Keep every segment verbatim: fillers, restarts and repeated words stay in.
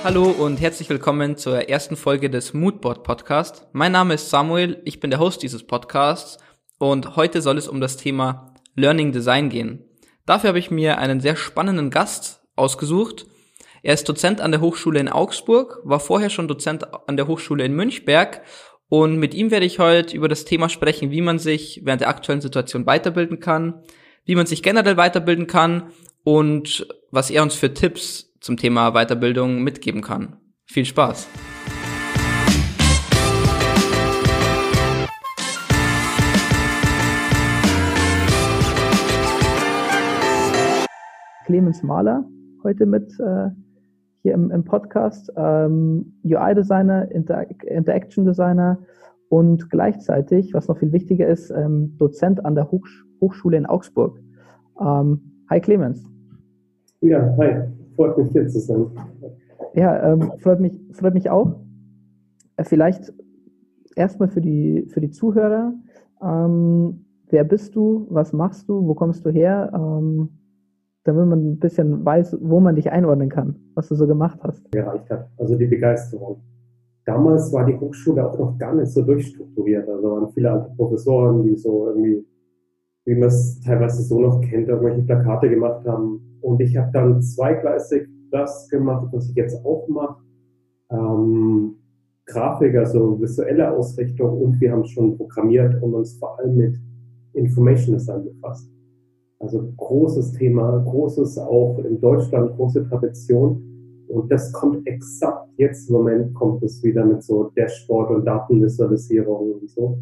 Hallo und herzlich willkommen zur ersten Folge des Moodboard Podcast. Mein Name ist Samuel, ich bin der Host dieses Podcasts und heute soll es um das Thema Learning Design gehen. Dafür habe ich mir einen sehr spannenden Gast ausgesucht. Er ist Dozent an der Hochschule in Augsburg, war vorher schon Dozent an der Hochschule in Münchberg und mit ihm werde ich heute über das Thema sprechen, wie man sich während der aktuellen Situation weiterbilden kann, wie man sich generell weiterbilden kann und was er uns für Tipps zum Thema Weiterbildung mitgeben kann. Viel Spaß! Clemens Mahler heute mit äh, hier im, im Podcast, ähm, U I-Designer, Inter- Interaction-Designer und gleichzeitig, was noch viel wichtiger ist, ähm, Dozent an der Hochsch- Hochschule in Augsburg. Ähm, hi Clemens. Ja, hi. Freut mich, hier zu sein. Ja, ähm, freut mich, freut mich auch. Äh, vielleicht erstmal für die, für die Zuhörer. Ähm, wer bist du? Was machst du? Wo kommst du her? Ähm, damit man ein bisschen weiß, wo man dich einordnen kann, was du so gemacht hast. Gereicht hat, also die Begeisterung. Damals war die Hochschule auch noch gar nicht so durchstrukturiert. Also waren viele alte Professoren, die so irgendwie, wie man es teilweise so noch kennt, irgendwelche Plakate gemacht haben. Und ich habe dann zweigleisig das gemacht, was ich jetzt auch mache. Ähm, Grafik, also visuelle Ausrichtung, und wir haben schon programmiert und uns vor allem mit Information Design befasst. Also großes Thema, großes auch in Deutschland, große Tradition. Und das kommt exakt jetzt im Moment, kommt es wieder mit so Dashboard und Datenvisualisierung und so.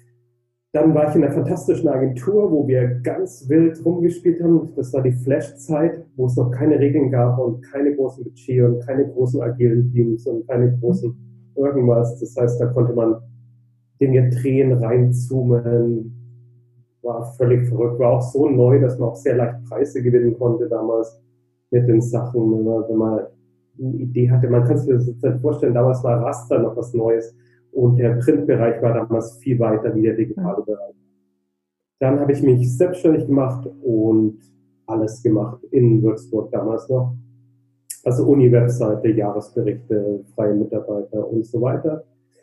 Dann war ich in einer fantastischen Agentur, wo wir ganz wild rumgespielt haben. Das war die Flash-Zeit, wo es noch keine Regeln gab und keine großen Budget und keine großen agilen Teams und keine großen irgendwas. Das heißt, da konnte man Dinge drehen, reinzoomen. War völlig verrückt. War auch so neu, dass man auch sehr leicht Preise gewinnen konnte damals mit den Sachen, wenn man, wenn man eine Idee hatte. Man kann sich das jetzt nicht vorstellen, damals war Raster noch was Neues. Und der Printbereich war damals viel weiter wie der digitale Bereich. Dann habe ich mich selbstständig gemacht und alles gemacht in Würzburg damals noch. Also Uni-Webseite, Jahresberichte, freie Mitarbeiter und so weiter.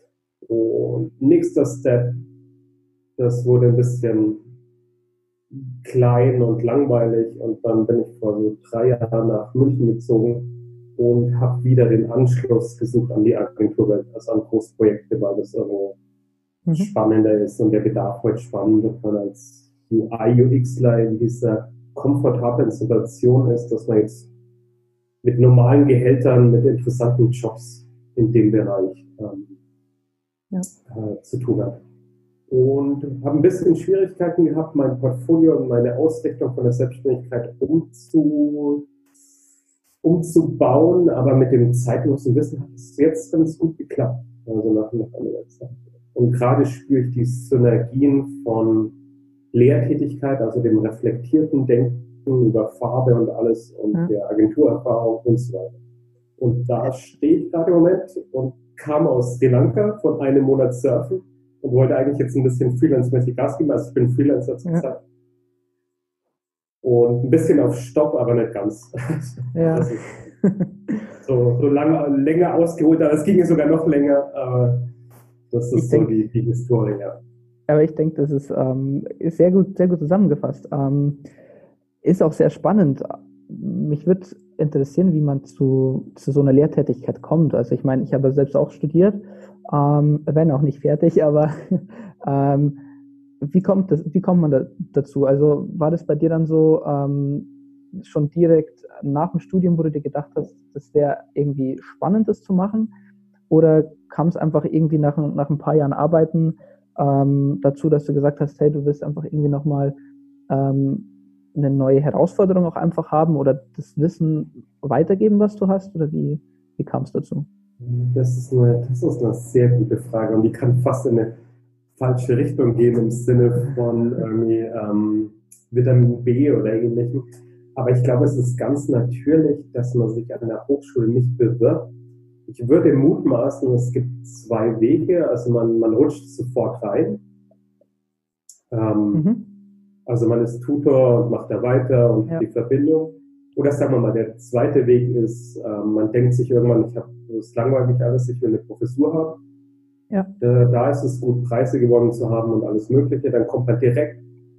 Und nächster Step, das wurde ein bisschen klein und langweilig. Und dann bin ich vor so drei Jahren nach München gezogen und habe wieder den Anschluss gesucht an die Agenturwelt, also an Großprojekte, weil das irgendwo mhm. spannender ist und der Bedarf heute spannend, und man als U I, U Xler in dieser komfortablen Situation ist, dass man jetzt mit normalen Gehältern, mit interessanten Jobs in dem Bereich ähm, ja. äh, zu tun hat. Und habe ein bisschen Schwierigkeiten gehabt, mein Portfolio und meine Ausrichtung von der Selbstständigkeit umzu umzubauen, aber mit dem zeitlosen Wissen hat es jetzt ganz gut geklappt, also nach, nach einiger Zeit. Und gerade spüre ich die Synergien von Lehrtätigkeit, also dem reflektierten Denken über Farbe und alles und ja. der Agenturerfahrung und so weiter. Und da stehe ich gerade im Moment und kam aus Sri Lanka von einem Monat Surfen und wollte eigentlich jetzt ein bisschen freelance-mäßig Gas geben, also ich bin Freelancer zur Zeit. Ja. Und ein bisschen auf Stopp, aber nicht ganz. Ja. so, so lange, länger ausgeholt, aber es ging sogar noch länger. Aber das ist ich so denk, die, die Historie. Ja. Aber ich denke, das ist, ähm, ist sehr gut, sehr gut zusammengefasst. Ähm, ist auch sehr spannend. Mich würde interessieren, wie man zu, zu so einer Lehrtätigkeit kommt. Also ich meine, ich habe selbst auch studiert, ähm, wenn auch nicht fertig, aber ähm, Wie kommt das, wie kommt man da, dazu? Also war das bei dir dann so ähm, schon direkt nach dem Studium, wo du dir gedacht hast, das wäre irgendwie spannend, das zu machen? Oder kam es einfach irgendwie nach, nach ein paar Jahren Arbeiten ähm, dazu, dass du gesagt hast, hey, du willst einfach irgendwie nochmal ähm, eine neue Herausforderung auch einfach haben oder das Wissen weitergeben, was du hast? Oder wie, wie kam es dazu? Das ist, eine, das ist eine sehr gute Frage und die kann fast in eine falsche Richtung gehen im Sinne von irgendwie ähm, Vitamin B oder ähnlichem. Aber ich glaube, es ist ganz natürlich, dass man sich an der Hochschule nicht bewirbt. Ich würde mutmaßen, es gibt zwei Wege. Also man, man rutscht sofort rein. Ähm, mhm. Also man ist Tutor und macht da weiter und ja. die Verbindung. Oder sagen wir mal, der zweite Weg ist, äh, man denkt sich irgendwann, ich habe, es langweilt mich alles, ich will eine Professur haben. Ja. Äh, da ist es gut, Preise gewonnen zu haben und alles Mögliche. Dann kommt man direkt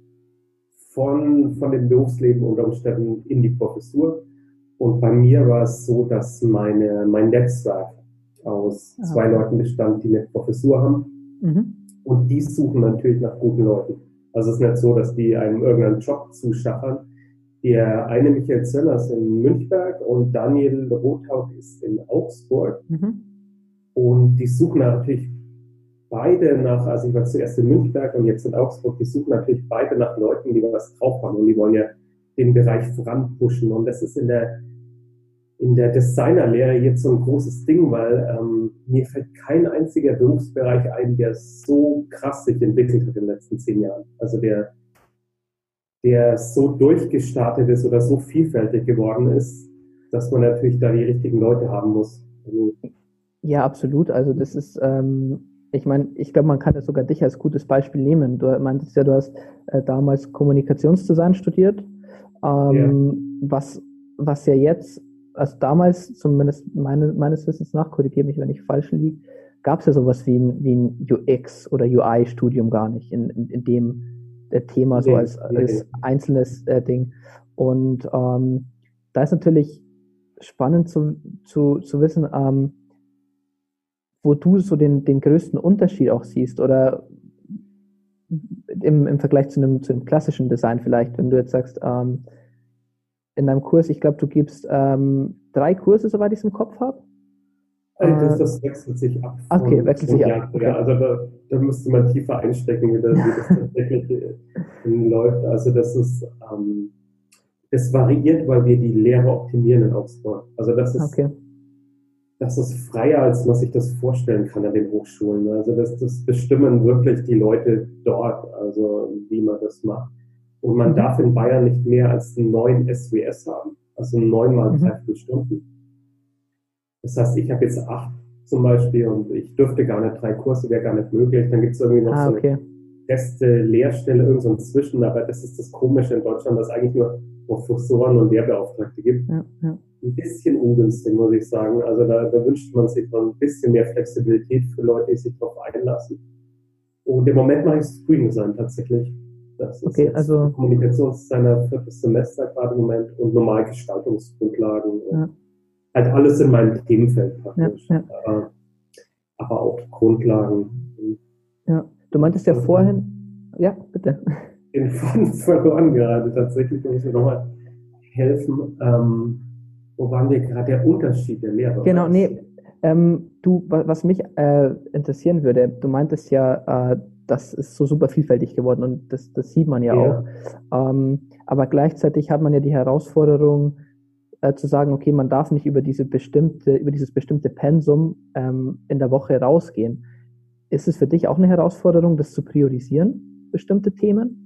von, von dem Berufsleben unter Umständen in die Professur. Und bei mir war es so, dass meine, mein Netzwerk aus Aha. zwei Leuten bestand, die eine Professur haben. Mhm. Und die suchen natürlich nach guten Leuten. Also es ist nicht so, dass die einem irgendeinen Job zuschachern. Der eine Michael Zöller ist in Münchberg und Daniel Rothaug ist in Augsburg. Mhm. Und die suchen natürlich beide nach, also ich war zuerst in Münchberg und jetzt in Augsburg, die suchen natürlich beide nach Leuten, die was drauf haben und die wollen ja den Bereich voranpushen. Und das ist in der, in der Designerlehre jetzt so ein großes Ding, weil ähm, mir fällt kein einziger Berufsbereich ein, der so krass sich entwickelt hat in den letzten zehn Jahren. Also der, der so durchgestartet ist oder so vielfältig geworden ist, dass man natürlich da die richtigen Leute haben muss. Ja, absolut. Also das ist, ähm, ich meine, ich glaube, man kann das sogar dich als gutes Beispiel nehmen. Du meintest ja, du hast äh, damals Kommunikationsdesign studiert, ähm, ja. was, was ja jetzt, also damals, zumindest meine, meines Wissens nach, korrigiere mich, wenn ich falsch liege, gab es ja sowas wie ein, wie ein U X- oder U I-Studium gar nicht in, in, in dem äh, Thema, so als, als einzelnes äh, Ding. Und ähm, da ist natürlich spannend zu, zu, zu wissen, ähm, wo du so den, den größten Unterschied auch siehst oder im, im Vergleich zu einem, zu einem klassischen Design vielleicht, wenn du jetzt sagst, ähm, in deinem Kurs, ich glaube, du gibst ähm, drei Kurse, soweit ich es im Kopf habe. Also das, das wechselt sich ab. Okay, wechselt sich ab. Okay. Ja, also da, da müsste man tiefer einstecken, wie das, wie das tatsächlich läuft. Also das ist, ähm, das variiert, weil wir die Lehre optimieren in Augsburg. Also das ist, okay. das ist freier, als man sich das vorstellen kann an den Hochschulen. Also das, das bestimmen wirklich die Leute dort, also wie man das macht. Und man mhm. darf in Bayern nicht mehr als neun S W S haben, also neun mal dreiviertel mhm. Stunden. Das heißt, ich habe jetzt acht zum Beispiel und ich dürfte gar nicht, drei Kurse wäre gar nicht möglich. Dann gibt es irgendwie noch ah, so eine okay. feste Lehrstelle, irgend so ein Zwischen, aber das ist das Komische in Deutschland, dass es eigentlich nur Professoren und Lehrbeauftragte gibt. Ja, ja. Ein bisschen ungünstig, muss ich sagen. Also da, da wünscht man sich noch ein bisschen mehr Flexibilität für Leute, die sich darauf einlassen. Und im Moment mache ich Screen Design tatsächlich. Das ist okay, also Kommunikationsdesigner, viertes Semester gerade im Moment und normal Gestaltungsgrundlagen. Ja. Halt alles in meinem Themenfeld praktisch. Ja, ja. Aber, aber auch Grundlagen. Ja, du meintest ja und vorhin, ja, bitte. Den Faden verloren gerade tatsächlich, da muss ich nochmal helfen. Ähm, wo waren wir gerade? Der Unterschied der Lehre. Genau, nee, ähm, du, was mich äh, interessieren würde, du meintest ja, äh, das ist so super vielfältig geworden und das, das sieht man ja, ja. auch. Ähm, aber gleichzeitig hat man ja die Herausforderung, äh, zu sagen, okay, man darf nicht über diese bestimmte, über dieses bestimmte Pensum ähm, in der Woche rausgehen. Ist es für dich auch eine Herausforderung, das zu priorisieren, bestimmte Themen?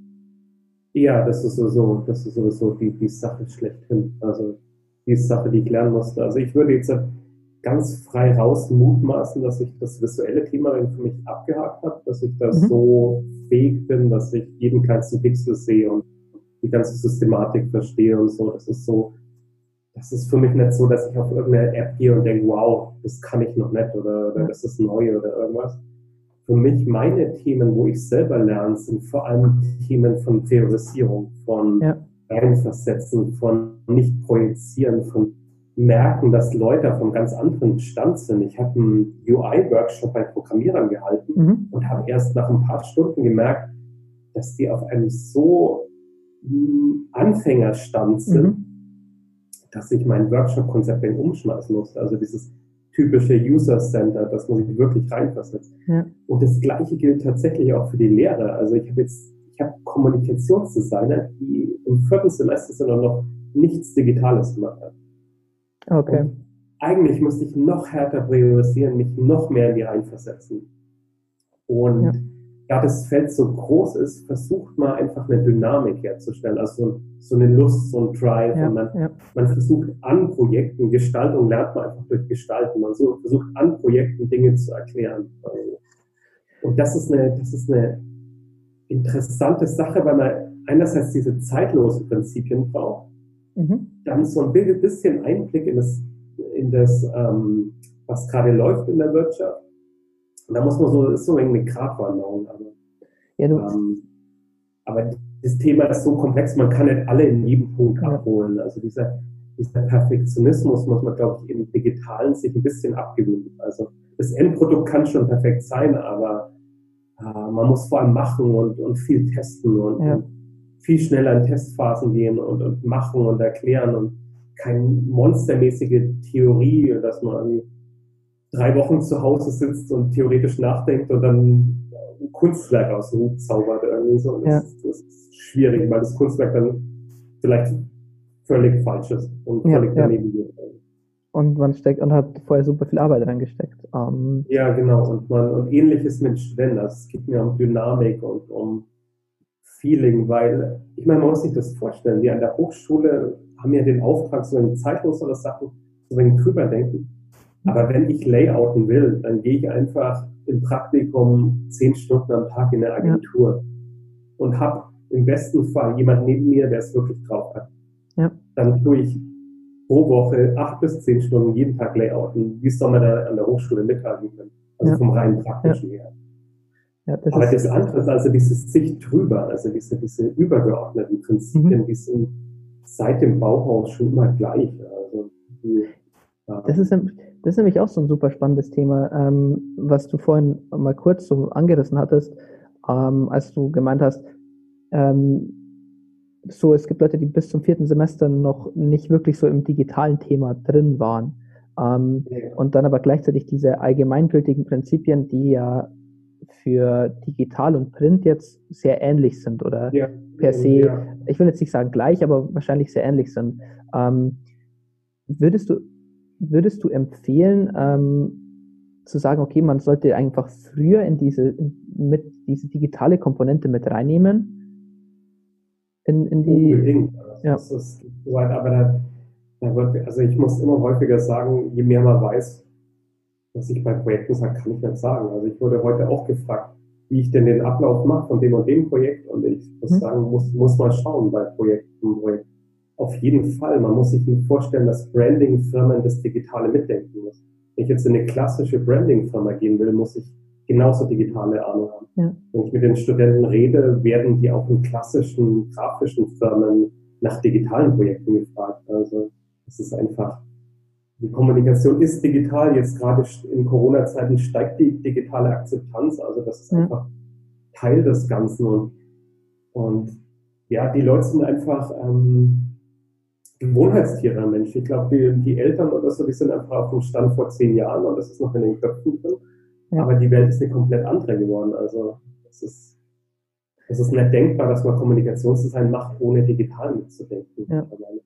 Ja, das ist sowieso, das ist sowieso die, die Sache schlechthin. Also die Sache, die ich lernen musste. Also ich würde jetzt ganz frei raus mutmaßen, dass ich das visuelle Thema für mich abgehakt habe, dass ich da mhm. so fähig bin, dass ich jeden kleinsten Pixel sehe und die ganze Systematik verstehe und so. Das ist so, das ist für mich nicht so, dass ich auf irgendeine App gehe und denke, wow, das kann ich noch nicht oder, oder ja. das ist neu oder irgendwas. Für mich, meine Themen, wo ich selber lerne, sind vor allem Themen von Priorisierung, von ja. Reinversetzen, von nicht projizieren, von merken, dass Leute auf einem ganz anderen Stand sind. Ich habe einen U I-Workshop bei Programmierern gehalten mhm. und habe erst nach ein paar Stunden gemerkt, dass die auf einem so mh, Anfängerstand sind, mhm. dass ich mein Workshop-Konzept umschmeißen musste. Also dieses typische User-Center, dass man sich wirklich reinversetzt. Ja. Und das Gleiche gilt tatsächlich auch für die Lehre. Also ich habe jetzt, ich habe Kommunikationsdesigner, die im vierten Semester sind und noch nichts Digitales gemacht haben. Okay. Und eigentlich müsste ich noch härter priorisieren, mich noch mehr in die reinversetzen. Und ja. da das Feld so groß ist, versucht man einfach eine Dynamik herzustellen, also so eine Lust, so ein Drive. Ja, und man, ja. man versucht an Projekten, Gestaltung lernt man einfach durch Gestalten, man so, versucht an Projekten Dinge zu erklären. Und das ist eine, das ist eine interessante Sache, weil man einerseits diese zeitlosen Prinzipien braucht, mhm. dann so ein bisschen Einblick in das, in das ähm, was gerade läuft in der Wirtschaft. Und da muss man so, ist so eine Gratwanderung. Aber, ja, ähm, aber das Thema ist so komplex, man kann nicht alle in jedem Punkt ja. abholen. Also dieser, dieser Perfektionismus muss man, glaube ich, im Digitalen sich ein bisschen abgewöhnen. Also das Endprodukt kann schon perfekt sein, aber äh, man muss vor allem machen und, und viel testen und, ja. und viel schneller in Testphasen gehen und, und machen und erklären und keine monstermäßige Theorie, dass man drei Wochen zu Hause sitzt und theoretisch nachdenkt und dann ein Kunstwerk aus dem Hut zaubert irgendwie so. Und das, ja. das ist schwierig, weil das Kunstwerk dann vielleicht völlig falsch ist und völlig ja, daneben geht. Ja. Und man steckt und hat vorher super viel Arbeit reingesteckt. Um ja, genau. Und man und ähnliches mit Studenten. Also es geht mir um Dynamik und um Feeling, weil ich meine, man muss sich das vorstellen. Die an der Hochschule haben ja den Auftrag, so ein zeitlosere Sachen so ein drüber denken. Aber wenn ich layouten will, dann gehe ich einfach im Praktikum zehn Stunden am Tag in der Agentur ja. und habe im besten Fall jemand neben mir, der es wirklich drauf hat. Ja. Dann tue ich pro Woche acht bis zehn Stunden jeden Tag layouten. Wie soll man da an der Hochschule mithalten können? Also ja. vom rein praktischen ja. her. Ja, das Aber das andere ist also dieses Sicht drüber, also diese, diese übergeordneten Prinzipien, mhm. die sind seit dem Bauhaus schon immer gleich. Also die, Das ist, das ist nämlich auch so ein super spannendes Thema, ähm, was du vorhin mal kurz so angerissen hattest, ähm, als du gemeint hast, ähm, so es gibt Leute, die bis zum vierten Semester noch nicht wirklich so im digitalen Thema drin waren ähm, ja. und dann aber gleichzeitig diese allgemeingültigen Prinzipien, die ja für digital und Print jetzt sehr ähnlich sind oder ja. per se, ja. ich will jetzt nicht sagen gleich, aber wahrscheinlich sehr ähnlich sind. Ähm, würdest du Würdest du empfehlen, ähm, zu sagen, okay, man sollte einfach früher in diese, mit, diese digitale Komponente mit reinnehmen? In, in die, Unbedingt. Also ja. Das ist soweit, aber da, da wird, also ich muss immer häufiger sagen, je mehr man weiß, was ich bei Projekten sage, kann ich nicht sagen. Also ich wurde heute auch gefragt, wie ich denn den Ablauf mache von dem und dem Projekt und ich muss hm. sagen, muss, muss mal schauen bei Projekten, Projekt. Auf jeden Fall. Man muss sich vorstellen, dass Branding-Firmen das Digitale mitdenken müssen. Wenn ich jetzt in eine klassische Branding-Firma gehen will, muss ich genauso digitale Ahnung haben. Ja. Wenn ich mit den Studenten rede, werden die auch in klassischen grafischen Firmen nach digitalen Projekten gefragt. Also es ist einfach, die Kommunikation ist digital. Jetzt gerade in Corona-Zeiten steigt die digitale Akzeptanz. Also das ist ja. einfach Teil des Ganzen. Und, und ja, die Leute sind einfach ähm, Gewohnheitstiere am Mensch. Ich glaube, die, die Eltern oder so, die sind einfach auf dem Stand vor zehn Jahren und das ist noch in den Köpfen drin. Ja. Aber die Welt ist eine komplett andere geworden. Also es ist, es ist nicht denkbar, dass man Kommunikationsdesign macht, ohne digital mitzudenken. Ja.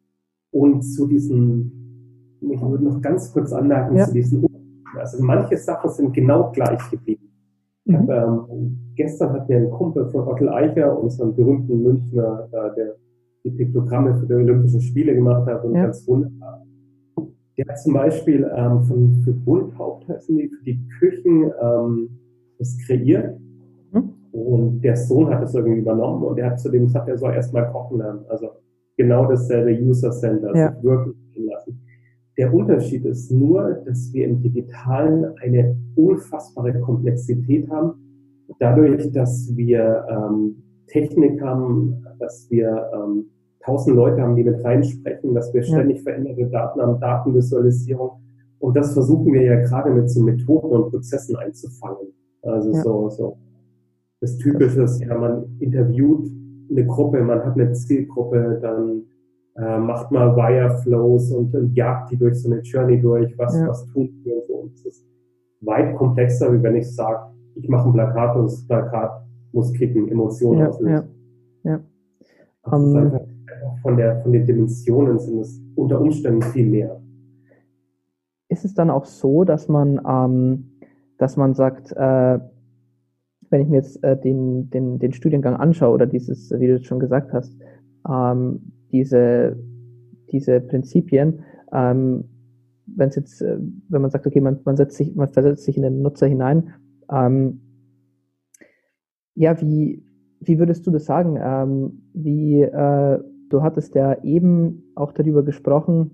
Und zu diesen, ich würde noch ganz kurz anmerken, ja. zu diesen, also manche Sachen sind genau gleich geblieben. Ich mhm. hab, ähm, gestern hat mir ein Kumpel von Otto Eicher, unserem berühmten Münchner, äh, der die Piktogramme für die Olympischen Spiele gemacht hat und ja. ganz wunderbar. Der hat zum Beispiel ähm, von, für Buntaucht heißen die, für die Küchen ähm, das kreiert. Mhm. Und der Sohn hat das irgendwie übernommen und er hat zu dem gesagt, er soll erstmal kochen lernen. Also genau dasselbe User-Center, ja. sich wirklich lassen. Der Unterschied ist nur, dass wir im Digitalen eine unfassbare Komplexität haben, dadurch, dass wir ähm, Technik haben, dass wir ähm, tausend Leute haben, die mit reinsprechen, dass wir ständig ja. veränderte Daten haben, Datenvisualisierung. Und das versuchen wir ja gerade mit so Methoden und Prozessen einzufangen. Also ja. so, so das Typische ist ja, man interviewt eine Gruppe, man hat eine Zielgruppe, dann äh, macht man Wireflows und, und jagt die durch so eine Journey durch, was, ja. was tun wir und so. Und es ist weit komplexer, wie wenn ich sage, ich mache ein Plakat und das Plakat muss kicken, Emotionen ja, auslösen. Ja, ja. Das um, ist einfach, von, der, von den Dimensionen sind es unter Umständen viel mehr. Ist es dann auch so, dass man, ähm, dass man sagt, äh, wenn ich mir jetzt äh, den, den, den Studiengang anschaue oder dieses, wie du es schon gesagt hast, ähm, diese, diese Prinzipien, ähm, wenn es jetzt, äh, wenn man sagt, okay, man, man setzt sich, man versetzt sich in den Nutzer hinein, ähm, ja, wie, wie würdest du das sagen? Ähm, wie, äh, du hattest ja eben auch darüber gesprochen,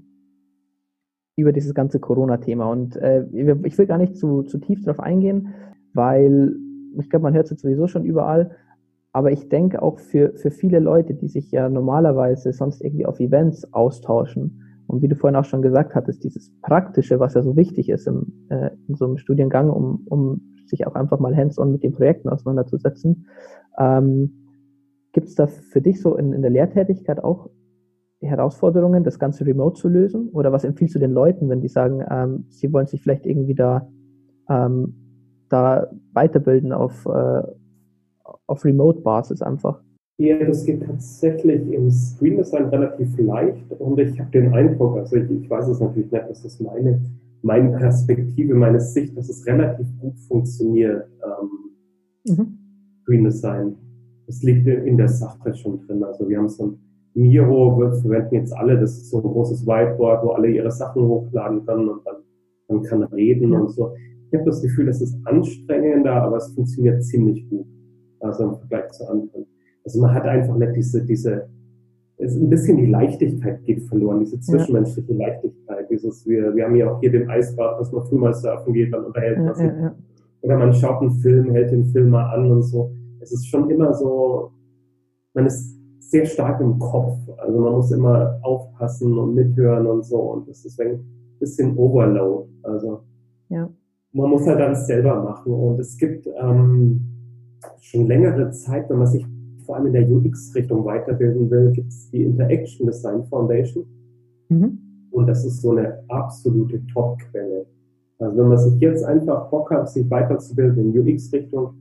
über dieses ganze Corona-Thema. Und äh, ich will gar nicht zu, zu tief darauf eingehen, weil ich glaube, man hört es jetzt sowieso schon überall. Aber ich denke auch für, für viele Leute, die sich ja normalerweise sonst irgendwie auf Events austauschen und wie du vorhin auch schon gesagt hattest, dieses Praktische, was ja so wichtig ist im, äh, in so einem Studiengang, um, um sich auch einfach mal hands-on mit den Projekten auseinanderzusetzen. Ähm, gibt es da für dich so in, in der Lehrtätigkeit auch Herausforderungen, das Ganze remote zu lösen? Oder was empfiehlst du den Leuten, wenn die sagen, ähm, sie wollen sich vielleicht irgendwie da, ähm, da weiterbilden auf, äh, auf Remote-Basis einfach? Ja, das geht tatsächlich im Screen Design relativ leicht und ich habe den Eindruck, also ich, ich weiß es natürlich nicht, das ist meine, meine Perspektive, meine Sicht, dass es relativ gut funktioniert, ähm, mhm. Screen Design. Das liegt in der Sache schon drin. Also wir haben so ein Miro, wir verwenden jetzt alle, das ist so ein großes Whiteboard, wo alle ihre Sachen hochladen können und dann, man kann reden ja. und so. Ich habe das Gefühl, es ist anstrengender, aber es funktioniert ziemlich gut. Also im Vergleich zu anderen. Also man hat einfach nicht diese, diese, es ist ein bisschen die Leichtigkeit geht verloren, diese zwischenmenschliche ja. Leichtigkeit, dieses, wir, wir haben ja auch hier den Eisbad, dass man früh mal surfen geht, dann unterhält man sich. Ja, ja, ja. Oder man schaut einen Film, hält den Film mal an und so. Es ist schon immer so, man ist sehr stark im Kopf, also man muss immer aufpassen und mithören und so und das ist ein bisschen Overload, also ja. man muss halt dann selber machen und es gibt ähm, schon längere Zeit, wenn man sich vor allem in der U X-Richtung weiterbilden will, gibt es die Interaction Design Foundation mhm. und das ist so eine absolute Top-Quelle. Also wenn man sich jetzt einfach Bock hat, sich weiterzubilden in U X-Richtung,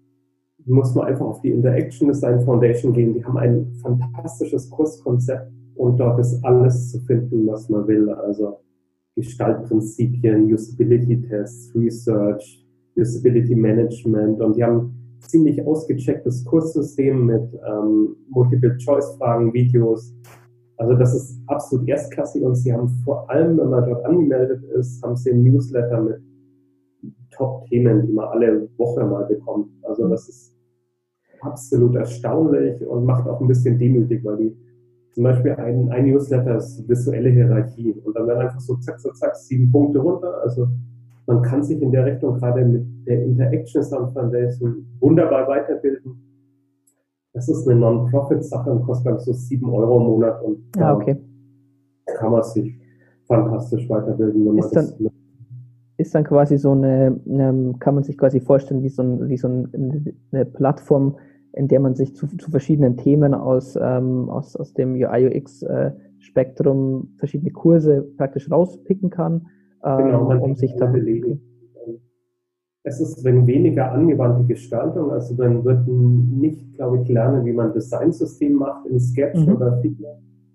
muss man einfach auf die Interaction Design Foundation gehen. Die haben ein fantastisches Kurskonzept und dort ist alles zu finden, was man will. Also Gestaltprinzipien, Usability-Tests, Research, Usability Management und die haben ein ziemlich ausgechecktes Kurssystem mit ähm, Multiple-Choice-Fragen, Videos. Also das ist absolut erstklassig und sie haben vor allem, wenn man dort angemeldet ist, haben sie ein Newsletter mit Top-Themen, die man alle Woche mal bekommt. Also das ist absolut erstaunlich und macht auch ein bisschen demütig, weil die zum Beispiel ein, ein Newsletter ist visuelle Hierarchie und dann werden einfach so zack, zack, zack, sieben Punkte runter. Also man kann sich in der Richtung gerade mit der Interaction Design Foundation wunderbar weiterbilden. Das ist eine Non-Profit-Sache und kostet dann so sieben Euro im Monat und ja, okay. da kann man sich fantastisch weiterbilden, wenn man ist das dann Ist dann quasi so eine, eine, kann man sich quasi vorstellen, wie so, ein, wie so ein, eine Plattform, in der man sich zu, zu verschiedenen Themen aus, ähm, aus, aus dem U I U X-Spektrum äh, verschiedene Kurse praktisch rauspicken kann, ähm, genau, man um sich da... belegen. Es ist wenn weniger angewandte Gestaltung, also man wird nicht, glaube ich, lernen, wie man Designsystem macht in Sketch mhm. oder Figma.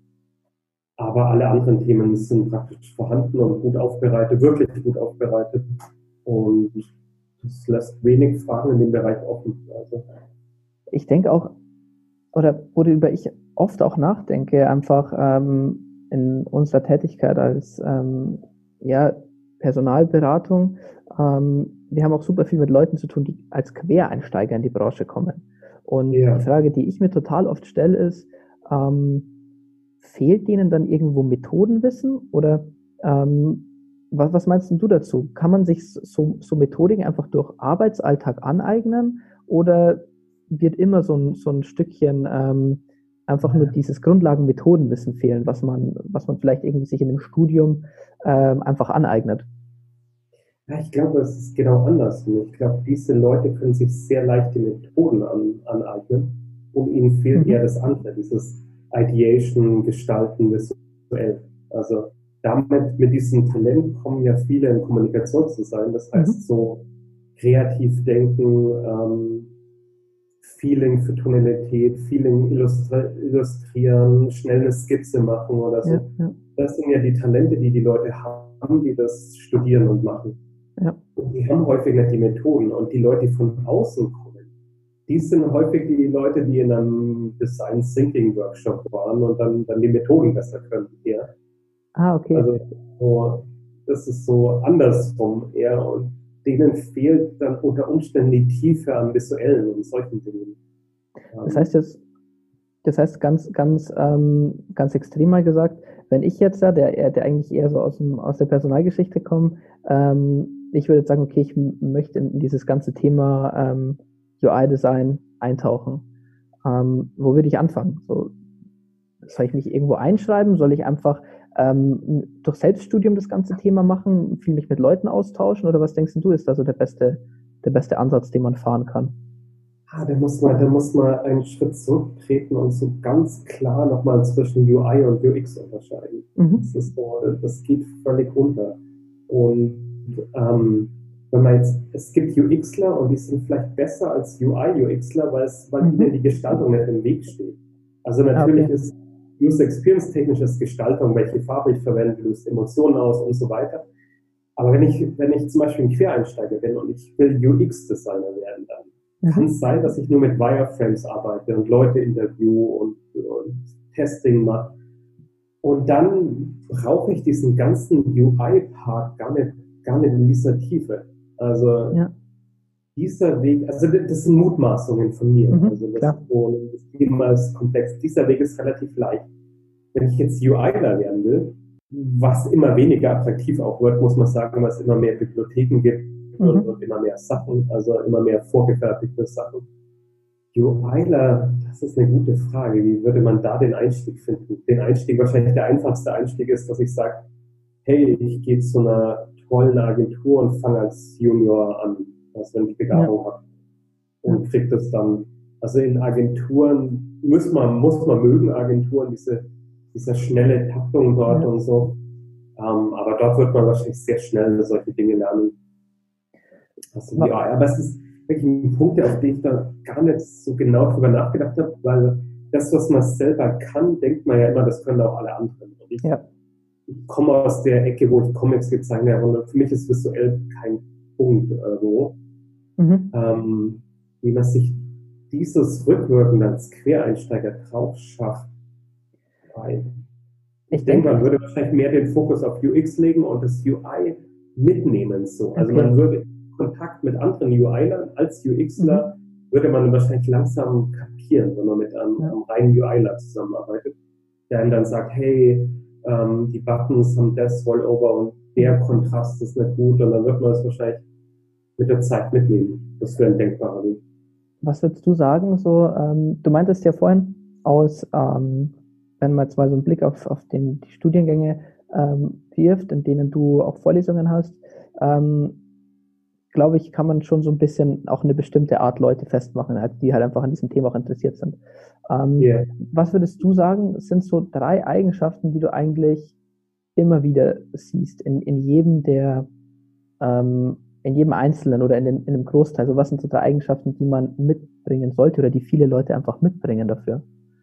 Aber alle anderen Themen sind praktisch vorhanden und gut aufbereitet, wirklich gut aufbereitet. Und das lässt wenig Fragen in dem Bereich offen. Also ich denke auch, oder worüber ich oft auch nachdenke, einfach ähm, in unserer Tätigkeit als ähm, ja, Personalberatung, ähm, wir haben auch super viel mit Leuten zu tun, die als Quereinsteiger in die Branche kommen. Und ja. die Frage, die ich mir total oft stelle, ist, ähm, fehlt denen dann irgendwo Methodenwissen oder ähm, was, was meinst du dazu? Kann man sich so, so Methodiken einfach durch Arbeitsalltag aneignen oder wird immer so ein, so ein Stückchen ähm, einfach nur dieses Grundlagen-Methodenwissen fehlen, was man, was man vielleicht irgendwie sich in dem Studium ähm, einfach aneignet? Ja, ich glaube, es ist genau andersrum. Ich glaube, diese Leute können sich sehr leicht die Methoden an, aneignen und ihnen fehlt mhm. eher das andere, dieses Ideation, Gestalten, visuell. Also damit, mit diesem Talent kommen ja viele in Kommunikation zu sein. Das heißt, mhm. so kreativ denken, ähm, Feeling für Tonalität, Feeling illustri- illustrieren, schnell eine Skizze machen oder so. Ja, ja. Das sind ja die Talente, die die Leute haben, die das studieren und machen. Ja. Und die haben häufig nicht die Methoden. Und die Leute, die von außen kommen, die sind häufig die Leute, die in einem Design Thinking Workshop waren und dann, dann die Methoden besser können. Ja. Ah, okay. Also so, das ist so andersrum eher und denen fehlt dann unter Umständen die Tiefe am Visuellen und solchen Dingen. Das heißt jetzt, Das heißt, ganz, ganz, ähm, ganz extrem mal gesagt, wenn ich jetzt da, der, der eigentlich eher so aus, dem, aus der Personalgeschichte komme, ähm, ich würde jetzt sagen, okay, ich m- möchte in dieses ganze Thema ähm, U I-Design eintauchen. Ähm, wo würde ich anfangen? So, soll ich mich irgendwo einschreiben? Soll ich einfach ähm, durch Selbststudium das ganze Thema machen, viel mich mit Leuten austauschen? Oder was denkst du, ist da so der beste, der beste Ansatz, den man fahren kann? Ah, da muss man, da muss man einen Schritt zurücktreten und so ganz klar nochmal zwischen U I und U X unterscheiden. Mhm. Das ist so, das geht völlig unter. Und ähm, wenn man jetzt, es gibt UXler und die sind vielleicht besser als U I-UXler, weil es, weil Mhm. ihnen die Gestaltung nicht im Weg steht. Also Ah, natürlich okay. ist User Experience technisches Gestaltung, welche Farbe ich verwende, löst Emotionen aus und so weiter. Aber wenn ich, wenn ich zum Beispiel ein Quereinsteiger bin und ich will U X-Designer werden, dann Mhm. kann es sein, dass ich nur mit Wireframes arbeite und Leute interview und, und Testing mache. Und dann brauche ich diesen ganzen U I-Part gar nicht, gar nicht in dieser Tiefe. Also Ja. dieser Weg, also das das sind Mutmaßungen von mir. Mhm, Also das, klar. so, das Thema ist komplex. Dieser Weg ist relativ leicht. Wenn ich jetzt UIler werden will, was immer weniger attraktiv auch wird, muss man sagen, weil es immer mehr Bibliotheken gibt Mhm. und, und immer mehr Sachen, also immer mehr vorgefertigte Sachen. UIler, das ist eine gute Frage. Wie würde man da den Einstieg finden? Den Einstieg, wahrscheinlich der einfachste Einstieg ist, dass ich sage, hey, ich gehe zu einer tollen Agentur und fange als Junior an, also wenn ich Begabung habe und kriege das dann. Also in Agenturen muss man, muss man mögen, Agenturen, diese, diese schnelle Taktung dort Ja. und so. Ähm, aber dort wird man wahrscheinlich sehr schnell solche Dinge lernen. Also, Wa- ja, aber es ist wirklich ein Punkt, auf den ich da gar nicht so genau drüber nachgedacht habe, weil das, was man selber kann, denkt man ja immer, das können auch alle anderen. Und ich, Ja. ich komme aus der Ecke, wo ich Comics gezeichnet habe und für mich ist visuell kein Punkt irgendwo. Mhm. Ähm, wie man sich dieses Rückwirken als Quereinsteiger drauf schafft. Weil Ich ich denke, man denke, würde wahrscheinlich mehr den Fokus auf U X legen und das U I mitnehmen. So. Also okay. man würde Kontakt mit anderen UIlern als UXler Mhm. würde man wahrscheinlich langsam kapieren, wenn man mit einem, Ja. einem reinen UIler zusammenarbeitet, der einem dann sagt, hey, ähm, die Buttons haben das Rollover und der Kontrast ist nicht gut und dann wird man es wahrscheinlich mit der Zeit mitnehmen. Das wäre ein denkbarer Weg. Was würdest du sagen? So, ähm, du meintest ja vorhin aus, ähm, wenn man jetzt mal so einen Blick auf, auf den, die Studiengänge ähm, wirft, in denen du auch Vorlesungen hast, ähm, glaube ich, kann man schon so ein bisschen auch eine bestimmte Art Leute festmachen, halt, die halt einfach an diesem Thema auch interessiert sind. Ähm, Yeah. Was würdest du sagen, sind so drei Eigenschaften, die du eigentlich immer wieder siehst in, in jedem der ähm, in jedem Einzelnen oder in, den, in einem Großteil? So, was sind so drei Eigenschaften, die man mitbringen sollte oder die viele Leute einfach mitbringen dafür?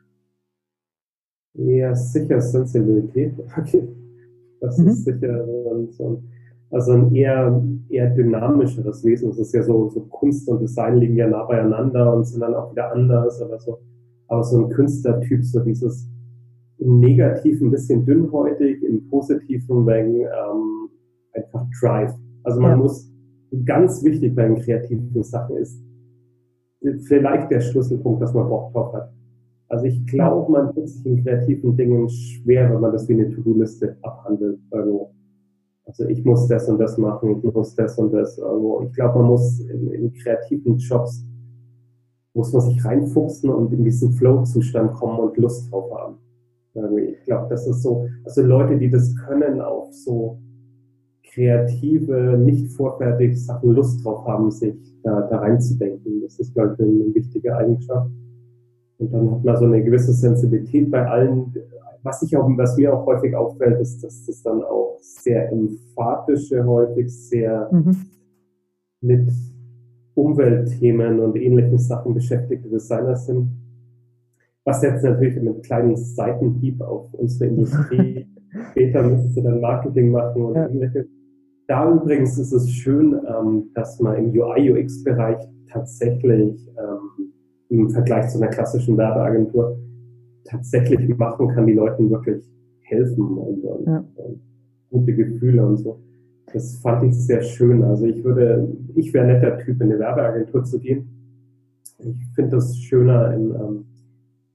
Ja, sicher Sensibilität. Okay. Das Mhm. ist sicher so ein, also ein eher, eher dynamischeres Wesen. Das ist ja so, so Kunst und Design liegen ja nah beieinander und sind dann auch wieder anders, aber so, aber so ein Künstlertyp, so dieses im Negativen ein bisschen dünnhäutig, im Positiven wegen ähm, einfach Drive. Also man Ja. muss, ganz wichtig bei den kreativen Sachen ist vielleicht der Schlüsselpunkt, dass man Bock drauf hat. Also ich glaube, man tut sich in kreativen Dingen schwer, wenn man das wie eine To-Do-Liste abhandelt irgendwo. Also ich muss das und das machen, ich muss das und das irgendwo. Ich glaube, man muss in, in kreativen Jobs, muss man sich reinfuchsen und in diesen Flow-Zustand kommen und Lust drauf haben. Irgendwie. Ich glaube, das ist so, also Leute, die das können, auf so kreative, nicht vorfertig Sachen Lust drauf haben, sich da, da reinzudenken. Das ist, glaube ich, eine wichtige Eigenschaft. Und dann hat man so eine gewisse Sensibilität bei allen. Was ich auch, was mir auch häufig auffällt, ist, dass das dann auch sehr emphatische, häufig sehr Mhm. mit Umweltthemen und ähnlichen Sachen beschäftigte Designer sind. Was jetzt natürlich einen kleinen Seitenhieb auf unsere Industrie. Später müssen sie dann Marketing machen und Ja. ähnliches. Da übrigens ist es schön, ähm, dass man im U I-U X-Bereich tatsächlich ähm, im Vergleich zu einer klassischen Werbeagentur tatsächlich machen kann, die Leuten wirklich helfen und, und, Ja. und gute Gefühle und so. Das fand ich sehr schön. Also ich würde, ich wäre nicht der Typ, in eine Werbeagentur zu gehen. Ich finde das schöner, in, ähm,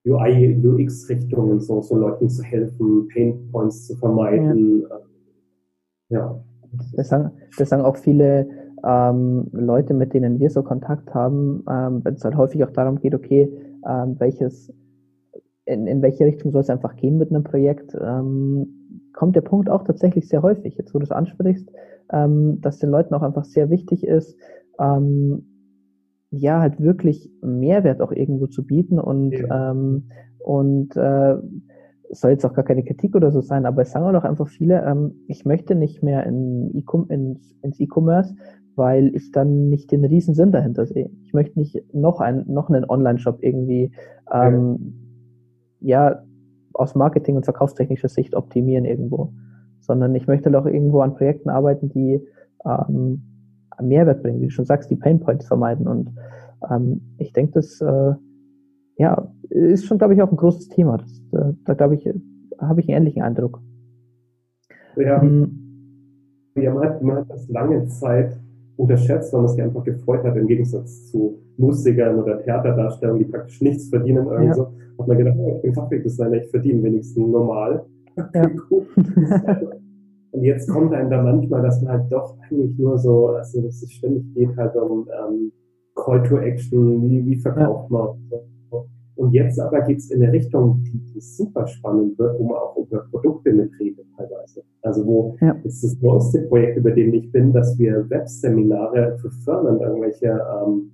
U I, U X-Richtungen, so, so Leuten zu helfen, Pain Points zu vermeiden. Ja. ja. Das sagen, das sagen auch viele ähm, Leute, mit denen wir so Kontakt haben, ähm, wenn es halt häufig auch darum geht, okay, ähm, welches, in, in welche Richtung soll es einfach gehen mit einem Projekt, ähm, kommt der Punkt auch tatsächlich sehr häufig, jetzt wo du es ansprichst, ähm, dass den Leuten auch einfach sehr wichtig ist, ähm, ja, halt wirklich Mehrwert auch irgendwo zu bieten und, ja. ähm, und äh, soll jetzt auch gar keine Kritik oder so sein, aber es sagen auch einfach viele, ähm, ich möchte nicht mehr in E ins, ins E-Commerce, weil ich dann nicht den riesen Sinn dahinter sehe. Ich möchte nicht noch, ein, noch einen Online-Shop irgendwie ähm, ja. ja aus Marketing- und verkaufstechnischer Sicht optimieren irgendwo, sondern ich möchte auch irgendwo an Projekten arbeiten, die ähm, Mehrwert bringen, wie du schon sagst, die Painpoints vermeiden und ähm, ich denke, das äh, ja, ist schon, glaube ich, auch ein großes Thema. Das, da, da glaube ich, habe ich einen ähnlichen Eindruck. Ja, mhm. ja man, hat, man hat das lange Zeit unterschätzt, weil man sich einfach gefreut hat, im Gegensatz zu Musikern oder Theaterdarstellern, die praktisch nichts verdienen. Ja. So, hat man gedacht, oh, ich bin Grafikdesigner, ich verdiene wenigstens normal. Ja. Und jetzt kommt einem da manchmal, dass man halt doch eigentlich nur so, also dass es ständig geht halt um ähm, Call to Action, wie, wie verkauft ja. man. Und jetzt aber geht es in eine Richtung, die, die super spannend wird, wo man auch über Produkte mitredet teilweise. Also wo, ja. das ist das neueste Projekt, über dem ich bin, dass wir Webseminare für Firmen irgendwelche ähm,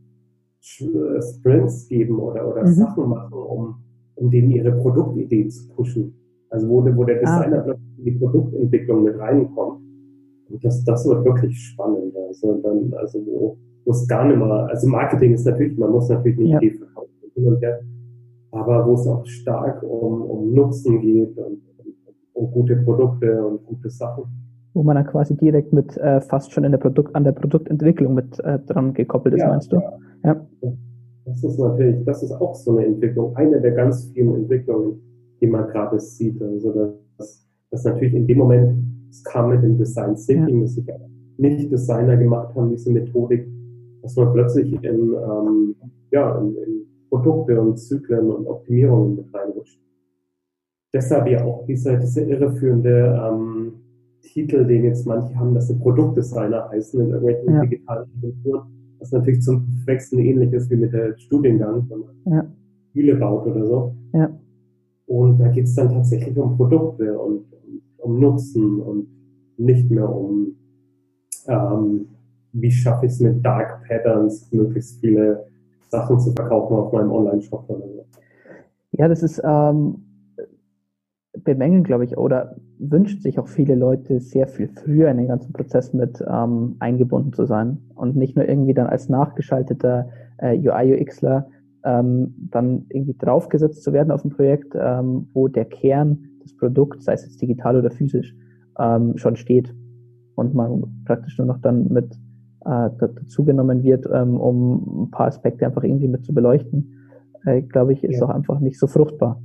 Sprints geben oder, oder mhm. Sachen machen, um, um denen ihre Produktidee zu pushen. Also wo, wo der Designer ah. plötzlich in die Produktentwicklung mit reinkommt. Und das, das wird wirklich spannend. Also dann, also wo, wo es gar nicht mehr, also Marketing ist natürlich, man muss natürlich eine ja. Idee verkaufen hin und her, aber wo es auch stark um, um Nutzen geht und um gute Produkte und gute Sachen. Wo man dann quasi direkt mit äh, fast schon in der Produkt, an der Produktentwicklung mit äh, dran gekoppelt ist, ja, meinst du? Ja. ja. Das ist natürlich, das ist auch so eine Entwicklung, eine der ganz vielen Entwicklungen, die man gerade sieht. Also das, das natürlich in dem Moment, es kam mit dem Design Thinking, ja. dass sich nicht Designer gemacht haben, diese Methodik, dass man plötzlich in, ähm, ja, in, in Produkte und Zyklen und Optimierungen mit reinrutscht. Deshalb ja auch dieser, dieser irreführende ähm, Titel, den jetzt manche haben, dass sie Produktdesigner heißen in irgendwelchen ja. digitalen Agenturen, was natürlich zum Wechseln ähnlich ist wie mit der Studiengang, wenn man ja. Spiele baut oder so. Ja. Und da geht es dann tatsächlich um Produkte und um Nutzen und nicht mehr um ähm, wie schaffe ich es mit Dark Patterns, möglichst viele Sachen zu verkaufen auf meinem Online-Shop oder so. Ja, das ist ähm, bemängeln, glaube ich, oder wünschen sich auch viele Leute sehr viel früher in den ganzen Prozess mit ähm, eingebunden zu sein und nicht nur irgendwie dann als nachgeschalteter äh, U I, U Xler ähm, dann irgendwie draufgesetzt zu werden auf ein Projekt, ähm, wo der Kern des Produkts, sei es jetzt digital oder physisch, ähm, schon steht und man praktisch nur noch dann mit äh, dazugenommen wird, ähm, um ein paar Aspekte einfach irgendwie mit zu beleuchten, äh, glaube ich, ist ja. auch einfach nicht so fruchtbar.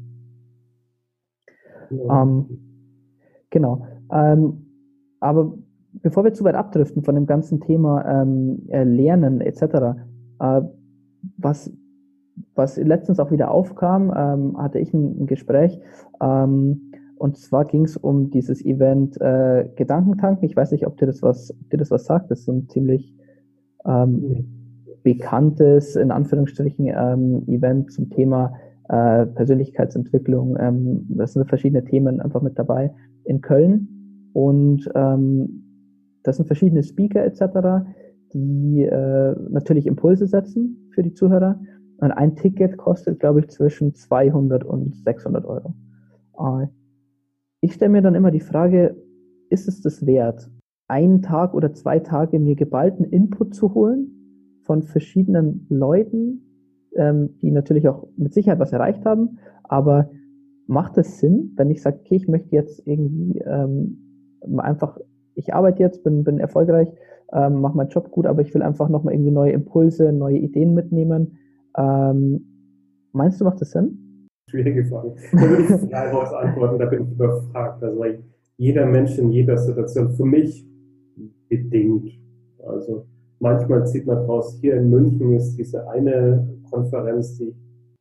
Ja. Ähm, genau. Ähm, aber bevor wir zu weit abdriften von dem ganzen Thema ähm, Lernen et cetera, äh, was, was letztens auch wieder aufkam, ähm, hatte ich ein, ein Gespräch, ähm, und zwar ging es um dieses Event äh, Gedankentanken. Ich weiß nicht, ob dir das was, ob dir das was sagt. Das ist so ein ziemlich ähm, bekanntes, in Anführungsstrichen, ähm, Event zum Thema äh, Persönlichkeitsentwicklung. Ähm, das sind verschiedene Themen einfach mit dabei in Köln. Und ähm, das sind verschiedene Speaker et cetera, die äh, natürlich Impulse setzen für die Zuhörer. Und ein Ticket kostet, glaube ich, zwischen zweihundert und sechshundert Euro. Äh, Ich stelle mir dann immer die Frage, ist es das wert, einen Tag oder zwei Tage mir geballten Input zu holen von verschiedenen Leuten, ähm, die natürlich auch mit Sicherheit was erreicht haben, aber macht es Sinn, wenn ich sage, okay, ich möchte jetzt irgendwie ähm, einfach, ich arbeite jetzt, bin, bin erfolgreich, ähm, mache meinen Job gut, aber ich will einfach nochmal irgendwie neue Impulse, neue Ideen mitnehmen. Ähm, meinst du, macht das Sinn? Schwierige Frage. Da würde ich frei raus antworten, da bin ich überfragt. Also weil jeder Mensch in jeder Situation, für mich bedingt. Also manchmal zieht man draus, hier in München ist diese eine Konferenz, die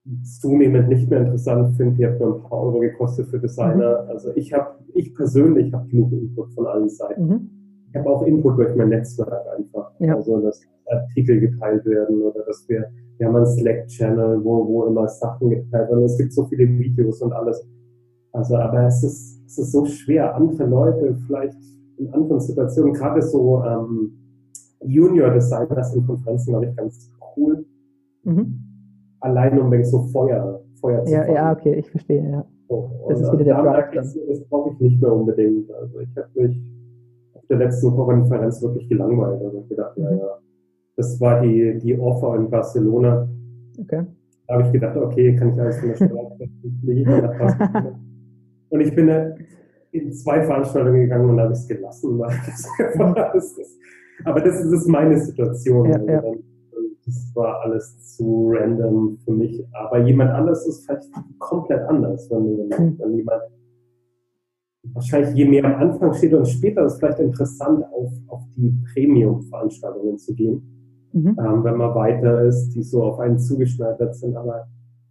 zunehmend nicht mehr interessant finde. Die hat nur ein paar Euro gekostet für Designer. Mhm. Also ich habe, ich persönlich habe genug Input von allen Seiten. Mhm. Ich habe auch Input durch mein Netzwerk einfach. Ja. Also, dass Artikel geteilt werden oder dass wir, wir haben einen Slack-Channel, wo, wo immer Sachen geteilt werden. Es gibt so viele Videos und alles. Also, aber es ist, es ist so schwer. Andere Leute vielleicht in anderen Situationen, gerade so ähm, Junior-Designers in Konferenzen, glaube ich, ganz cool. Mhm. Allein um so Feuer, Feuer zu Ja, fangen. ja, okay, ich verstehe, ja. So, Das und ist wieder der da Drive merke dann. ich, das brauche ich nicht mehr unbedingt. Also ich habe mich auf der letzten Konferenz wirklich gelangweilt. Also ich gedacht, ja, Mhm. ja. Das war die, die Offer in Barcelona. Okay. Da habe ich gedacht, okay, kann ich alles von der Stelle absetzen, fliege ich mal nach Barcelona. Und ich bin da in zwei Veranstaltungen gegangen und da habe ich es gelassen. Weil das einfach alles ist. Aber das ist, das ist meine Situation. Ja, also ja. dann, das war alles zu random für mich. Aber jemand anderes ist vielleicht komplett anders. Wenn, wenn, wenn jemand wahrscheinlich je mehr am Anfang steht und später ist es vielleicht interessant, auf, auf die Premium-Veranstaltungen zu gehen. Mhm. Ähm, wenn man weiter ist, die so auf einen zugeschneidert sind. Aber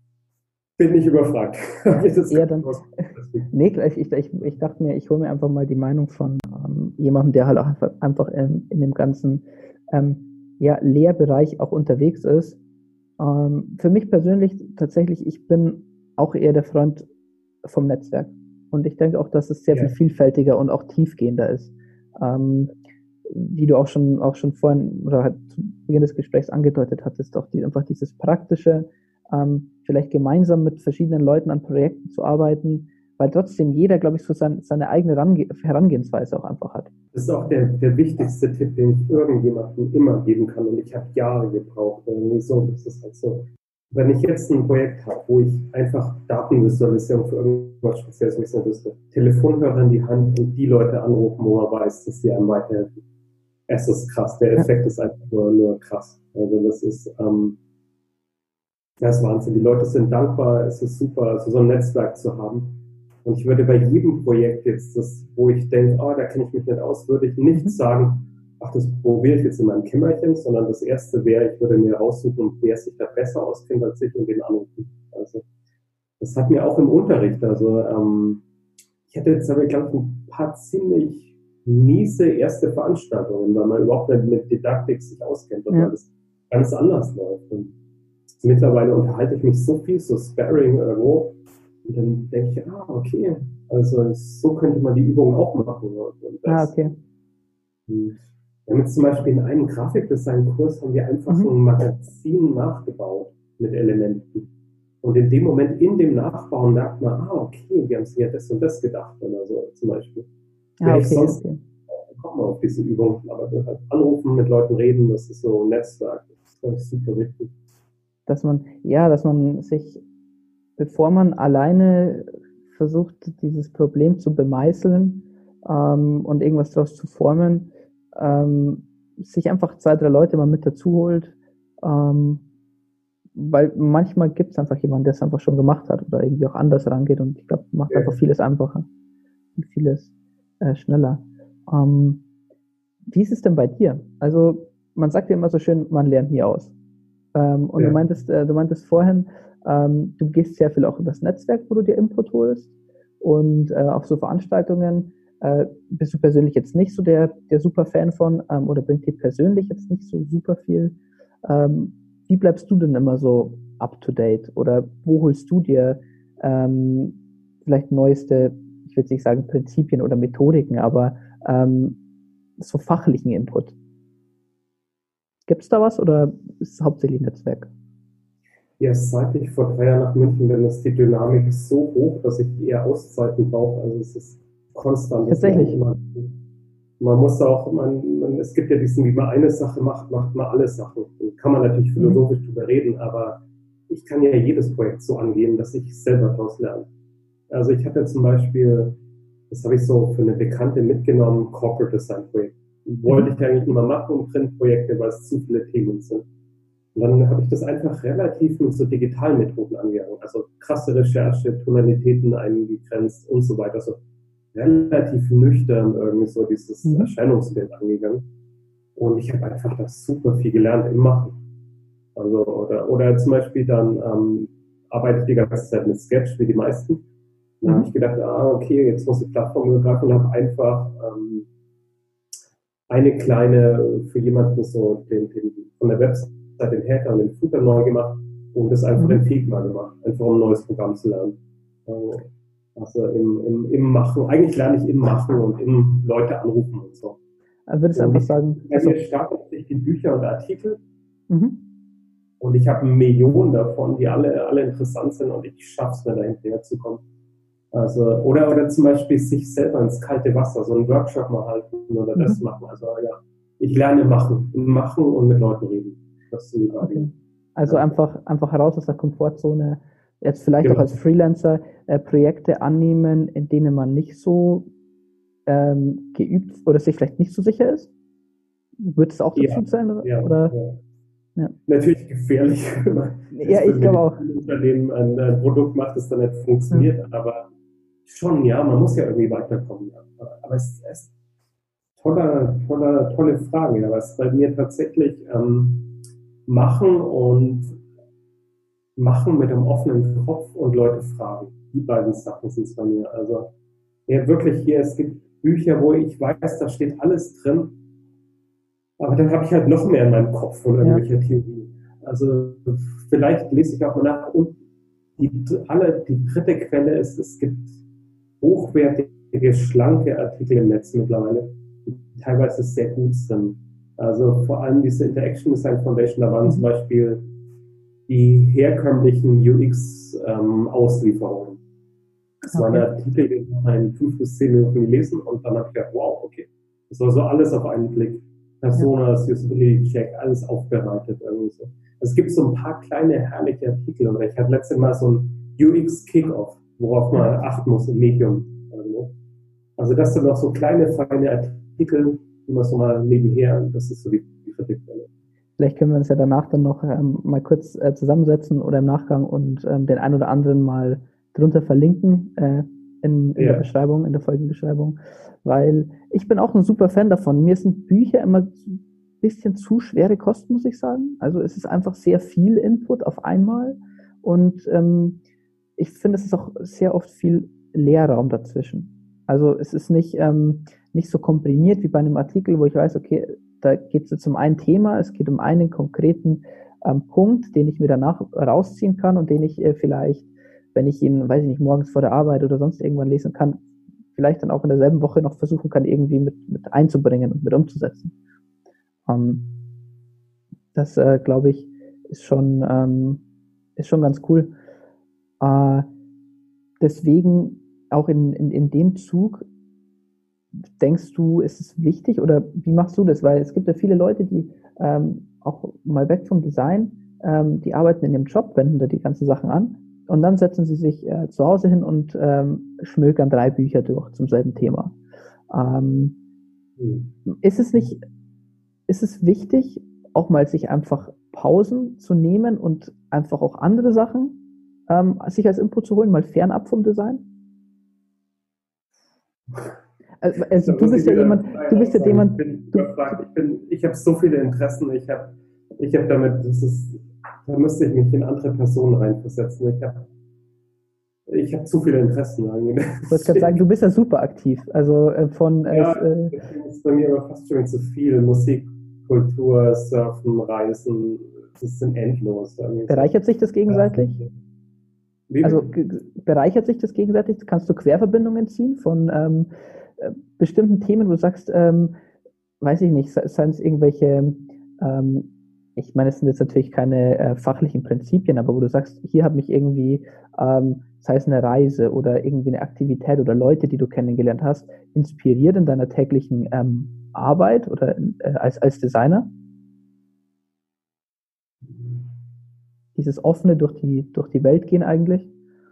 bin nicht überfragt. Das Ja, dann. Nee, ich, ich, ich, ich dachte mir, ich hole mir einfach mal die Meinung von ähm, jemandem, der halt auch einfach, einfach in, in dem ganzen ähm, ja, Lehrbereich auch unterwegs ist. Ähm, für mich persönlich tatsächlich, ich bin auch eher der Freund vom Netzwerk. Und ich denke auch, dass es sehr Ja. viel vielfältiger und auch tiefgehender ist. Ähm, wie du auch schon, auch schon vorhin oder halt zu Beginn des Gesprächs angedeutet hattest, auch die, einfach dieses praktische, ähm, vielleicht gemeinsam mit verschiedenen Leuten an Projekten zu arbeiten, weil trotzdem jeder, glaube ich, so sein, seine eigene Range- Herangehensweise auch einfach hat. Das ist auch der, der wichtigste Tipp, den ich irgendjemandem immer geben kann. Und ich habe Jahre gebraucht. Irgendwie so, das ist halt so. Wenn ich jetzt ein Projekt habe, wo ich einfach Datenvisualisierung für irgendwas Spezielles wissen müsste, Telefonhörer in die Hand und die Leute anrufen, wo man weiß, dass sie einem weiterhelfen. Es ist krass. Der Effekt ja. ist einfach nur, nur krass. Also das ist, ähm, das ist Wahnsinn. Die Leute sind dankbar. Es ist super, also so ein Netzwerk zu haben. Und ich würde bei jedem Projekt jetzt, das, wo ich denke, oh, da kenne ich mich nicht aus, würde ich nicht sagen, ach, das probiere ich jetzt in meinem Kämmerchen, sondern das Erste wäre, ich würde mir raussuchen, wer sich da besser auskennt als ich und den anrufen. Also, das hat mir auch im Unterricht, also, ähm, ich hätte jetzt aber, glaube ich, ein paar ziemlich miese erste Veranstaltungen, weil man überhaupt nicht mit Didaktik sich auskennt und ja. weil das ganz anders läuft. Und mittlerweile unterhalte ich mich so viel, so Sparring irgendwo, und dann denke ich, ah, okay, also so könnte man die Übung auch machen. Und das, ah, okay. Und wir haben jetzt zum Beispiel in einem Grafikdesign-Kurs haben wir einfach Mhm. ein Magazin nachgebaut mit Elementen. Und in dem Moment, in dem Nachbauen, merkt man, ah, okay, die haben sich ja das und das gedacht oder so zum Beispiel. Ah, Wäre okay, ich sonst okay. kommen wir auf diese Übung, aber halt anrufen, mit Leuten reden, das ist so ein Netzwerk, das ist super wichtig. Dass man, ja, dass man sich, bevor man alleine versucht, dieses Problem zu bemeißeln ähm, und irgendwas daraus zu formen, ähm, sich einfach zwei, drei Leute mal mit dazu holt, ähm, weil manchmal gibt es einfach jemanden, der es einfach schon gemacht hat oder irgendwie auch anders rangeht und ich glaube, macht Ja. einfach vieles einfacher und vieles äh, schneller. Ähm, wie ist es denn bei dir? Also man sagt ja immer so schön, man lernt nie aus. Ähm, und Ja. du meintest, äh, du meintest vorhin, ähm, du gehst sehr viel auch über das Netzwerk, wo du dir Input holst und äh, auf so Veranstaltungen äh, bist du persönlich jetzt nicht so der, der super Fan von ähm, oder bringt dir persönlich jetzt nicht so super viel. Ähm, wie bleibst du denn immer so up to date oder wo holst du dir ähm, vielleicht neueste, ich würde nicht sagen Prinzipien oder Methodiken, aber ähm, so fachlichen Input? Gibt es da was oder ist es hauptsächlich Netzwerk? Ja, seit ich vor drei Jahren nach München bin, ist die Dynamik so hoch, dass ich eher Auszeiten brauche. Also es ist konstant. Tatsächlich. Man, man muss auch, man, man, es gibt ja diesen, wie man eine Sache macht, macht man alle Sachen. Und kann man natürlich philosophisch mhm. drüber reden, aber ich kann ja jedes Projekt so angehen, dass ich selber daraus lerne. Also ich hatte zum Beispiel, das habe ich so für eine Bekannte mitgenommen, Corporate Design Projekt. Wollte ich eigentlich immer machen und Printprojekte, weil es zu viele Themen sind. Und dann habe ich das einfach relativ mit so digitalen Methoden angegangen. Also krasse Recherche, Tonalitäten eingegrenzt und so weiter. Also relativ nüchtern irgendwie so dieses mhm. Erscheinungsbild angegangen. Und ich habe einfach da super viel gelernt im Machen. Also, oder, oder zum Beispiel dann ähm, arbeite die ganze Zeit mit Sketch, wie die meisten. Dann mhm. habe ich gedacht, ah, okay, jetzt muss ich Plattform übergreifen und habe einfach ähm, eine kleine, für jemanden so den, den, von der Website den Header und den Footer neu gemacht und das einfach mhm. in Figma gemacht, einfach um ein neues Programm zu lernen. Also im, im, im Machen, eigentlich lerne ich im Machen und im Leute anrufen und so. Also würdest du einfach sagen... Bei mir starten sich die Bücher und Artikel mhm. und ich habe Millionen davon, die alle, alle interessant sind und ich schaffe es mir, da hinterher zu kommen. Also, oder, oder zum Beispiel sich selber ins kalte Wasser, so einen Workshop mal halten oder mhm. das machen. Also ja, ich lerne machen, machen und mit Leuten reden. Das sind die beiden. Okay. Also ja. einfach, einfach heraus aus der Komfortzone, jetzt vielleicht genau. auch als Freelancer äh, Projekte annehmen, in denen man nicht so ähm, geübt oder sich vielleicht nicht so sicher ist. Wird es auch dazu ja. sein? Oder? Ja, oder? Ja. Ja. Natürlich gefährlich, wenn man ja, ich glaube auch. ein Unternehmen ein, ein Produkt macht, das dann nicht funktioniert, ja. aber schon, ja, man muss ja irgendwie weiterkommen. Ja. Aber es ist tolle, tolle, tolle Frage, ja, was bei mir tatsächlich ähm, machen und machen mit einem offenen Kopf und Leute fragen. Die beiden Sachen sind es bei mir. Also ja, wirklich hier, es gibt Bücher, wo ich weiß, da steht alles drin, aber dann habe ich halt noch mehr in meinem Kopf von irgendwelcher ja. Theorie. Also vielleicht lese ich auch mal nach. Und die, alle, die dritte Quelle ist, es gibt hochwertige, schlanke Artikel im Netz mittlerweile, die teilweise sehr gut sind. Also vor allem diese Interaction Design Foundation, da waren zum Beispiel die herkömmlichen U X-Auslieferungen. Ähm, das okay. waren Artikel, die habe ich in fünf bis zehn Minuten gelesen und dann habe ich gedacht, wow, okay. Das war so alles auf einen Blick. Personas, ja. Usability Check, alles aufbereitet irgendwie so. Es gibt so ein paar kleine, herrliche Artikel. Und ich hatte letztes Mal so ein U X-Kickoff, worauf man achten muss im Medium. Also das sind noch so kleine, feine Artikel, die man so mal nebenher, das ist so die dritte Quelle. Vielleicht können wir uns ja danach dann noch ähm, mal kurz äh, zusammensetzen oder im Nachgang und ähm, den ein oder anderen mal drunter verlinken äh, in, in ja. der Beschreibung, in der Folgenbeschreibung, weil ich bin auch ein super Fan davon. Mir sind Bücher immer ein bisschen zu schwere Kosten, muss ich sagen. Also es ist einfach sehr viel Input auf einmal und ähm, ich finde, es ist auch sehr oft viel Leerraum dazwischen. Also es ist nicht, ähm, nicht so komprimiert wie bei einem Artikel, wo ich weiß, okay, da geht es jetzt um ein Thema, es geht um einen konkreten ähm, Punkt, den ich mir danach rausziehen kann und den ich äh, vielleicht, wenn ich ihn, weiß ich nicht, morgens vor der Arbeit oder sonst irgendwann lesen kann, vielleicht dann auch in derselben Woche noch versuchen kann, irgendwie mit, mit einzubringen und mit umzusetzen. Ähm, das, äh, glaube ich, ist schon, ähm, ist schon ganz cool. Äh, deswegen auch in, in, in dem Zug, denkst du, ist es wichtig oder wie machst du das? Weil es gibt ja viele Leute, die ähm, auch mal weg vom Design, ähm, die arbeiten in ihrem Job, wenden da die ganzen Sachen an und dann setzen sie sich äh, zu Hause hin und ähm, schmökern drei Bücher durch zum selben Thema. Ähm, mhm. Ist es nicht, ist es wichtig, auch mal sich einfach Pausen zu nehmen und einfach auch andere Sachen ähm, sich als Input zu holen, mal fernab vom Design? Also, also du bist ja jemand, du bist ja jemand. Ich bin überfragt. Ich bin, ich habe so viele Interessen. Ich habe, ich habe damit, das ist, da müsste ich mich in andere Personen reinversetzen. Ich habe, ich habe zu viele Interessen. Ich wollte gerade sagen, du bist ja super aktiv. Also äh, von. Ja, äh, das ist bei mir aber fast schon zu viel. Musik, Kultur, Surfen, Reisen, das sind endlos. Bereichert sich das gegenseitig? Wie? Also ge- bereichert sich das gegenseitig? Kannst du Querverbindungen ziehen von ähm, bestimmten Themen, wo du sagst, ähm, weiß ich nicht, seien es irgendwelche, ähm, ich meine, es sind jetzt natürlich keine äh, fachlichen Prinzipien, aber wo du sagst, hier hat mich irgendwie, ähm, sei es eine Reise oder irgendwie eine Aktivität oder Leute, die du kennengelernt hast, inspiriert in deiner täglichen ähm, Arbeit oder äh, als, als Designer? Dieses offene durch die, durch die Welt gehen eigentlich?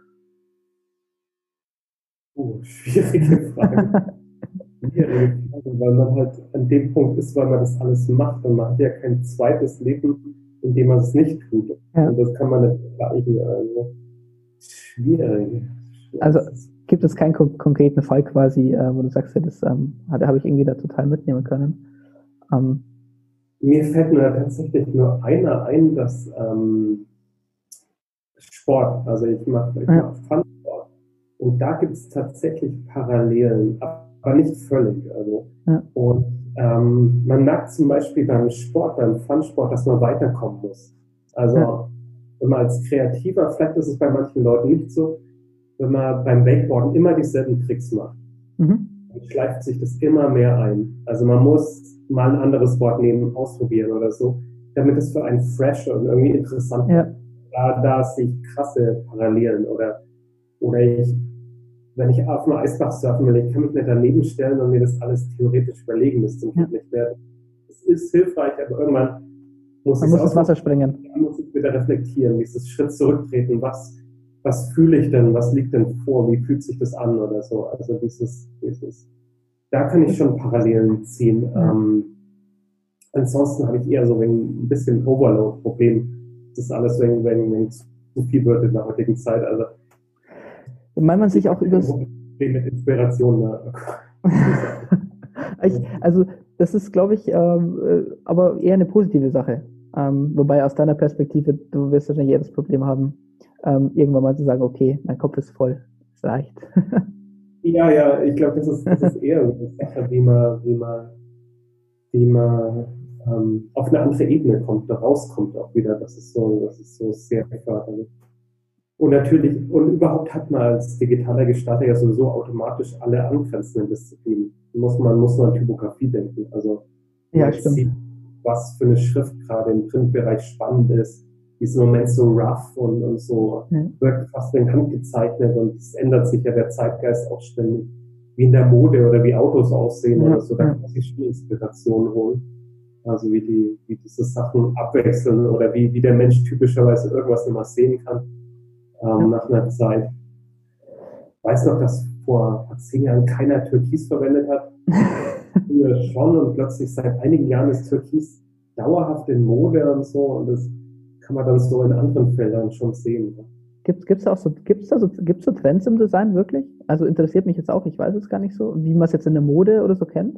Oh, schwierige Frage. Schwierige Frage, weil man halt an dem Punkt ist, weil man das alles macht und man hat ja kein zweites Leben, in dem man es nicht tut. Ja. Und das kann man nicht vergleichen. Also schwierig. Also gibt es keinen kon- konkreten Fall quasi, äh, wo du sagst, ja, das ähm, da habe ich irgendwie da total mitnehmen können. Ähm, Mir fällt nur tatsächlich nur einer ein, dass ähm, Sport. Also ich mache ich Ja. mach Fun-Sport. Und da gibt es tatsächlich Parallelen, aber nicht völlig. Also. Ja. Und ähm, man merkt zum Beispiel beim Sport, beim Fun-Sport, dass man weiterkommen muss. Also Ja. wenn man als Kreativer, vielleicht ist es bei manchen Leuten nicht so, wenn man beim Wakeboarden immer dieselben Tricks macht, Mhm. dann schleift sich das immer mehr ein. Also man muss mal ein anderes Board nehmen, ausprobieren oder so, damit es für einen fresh und irgendwie interessant Ja. wird. Da, da sehe ich krasse Parallelen. Oder, oder ich, wenn ich auf einem Eisbach surfen will, ich kann mich nicht daneben stellen und mir das alles theoretisch überlegen, das zum Ja. nicht mehr. Es ist hilfreich, aber irgendwann muss Man ich muss es ins Wasser springen. Dann muss ich wieder reflektieren, dieses Schritt zurücktreten, was, was fühle ich denn, was liegt denn vor, wie fühlt sich das an oder so. Also dieses, dieses, da kann ich schon Parallelen ziehen. Ja. Ähm, ansonsten habe ich eher so ein bisschen Overload-Problem. Das ist alles, wenn, wenn, wenn zu viel wird in der heutigen Zeit. Also Weil man sich auch übers Problem mit Inspiration. Ne? ich, also das ist, glaube ich, ähm, äh, aber eher eine positive Sache. Ähm, wobei aus deiner Perspektive, du wirst wahrscheinlich eher das Problem haben, ähm, irgendwann mal zu sagen, okay, mein Kopf ist voll, es reicht. Ja, ja, ich glaube, das ist, das ist eher so eine Sache, wie man, wie man, wie man ähm, auf eine andere Ebene kommt, da rauskommt auch wieder. Das ist so, das ist so sehr förderlich. Und natürlich, und überhaupt hat man als digitaler Gestalter ja sowieso automatisch alle angrenzenden Disziplinen. Muss man, muss man an Typografie denken. Also, Ja, man stimmt. sieht, was für eine Schrift gerade im Printbereich spannend ist. Die ist im Moment so rough und, und so, Ja. wirkt fast in Hand gezeichnet und es ändert sich ja der Zeitgeist auch ständig. Wie in der Mode oder wie Autos aussehen Ja, oder so, da ja. kann man sich schon Inspiration holen. Also wie die, wie diese Sachen abwechseln oder wie, wie der Mensch typischerweise irgendwas immer sehen kann. Ähm, Ja. nach einer Zeit. Ich weiß noch, dass vor zehn Jahren keiner Türkis verwendet hat. Früher schon und plötzlich seit einigen Jahren ist Türkis dauerhaft in Mode und so und das kann man dann so in anderen Feldern schon sehen. Gibt es auch so, gibt's da so, gibt's so Trends im Design wirklich? Also interessiert mich jetzt auch, ich weiß es gar nicht so, wie man es jetzt in der Mode oder so kennt.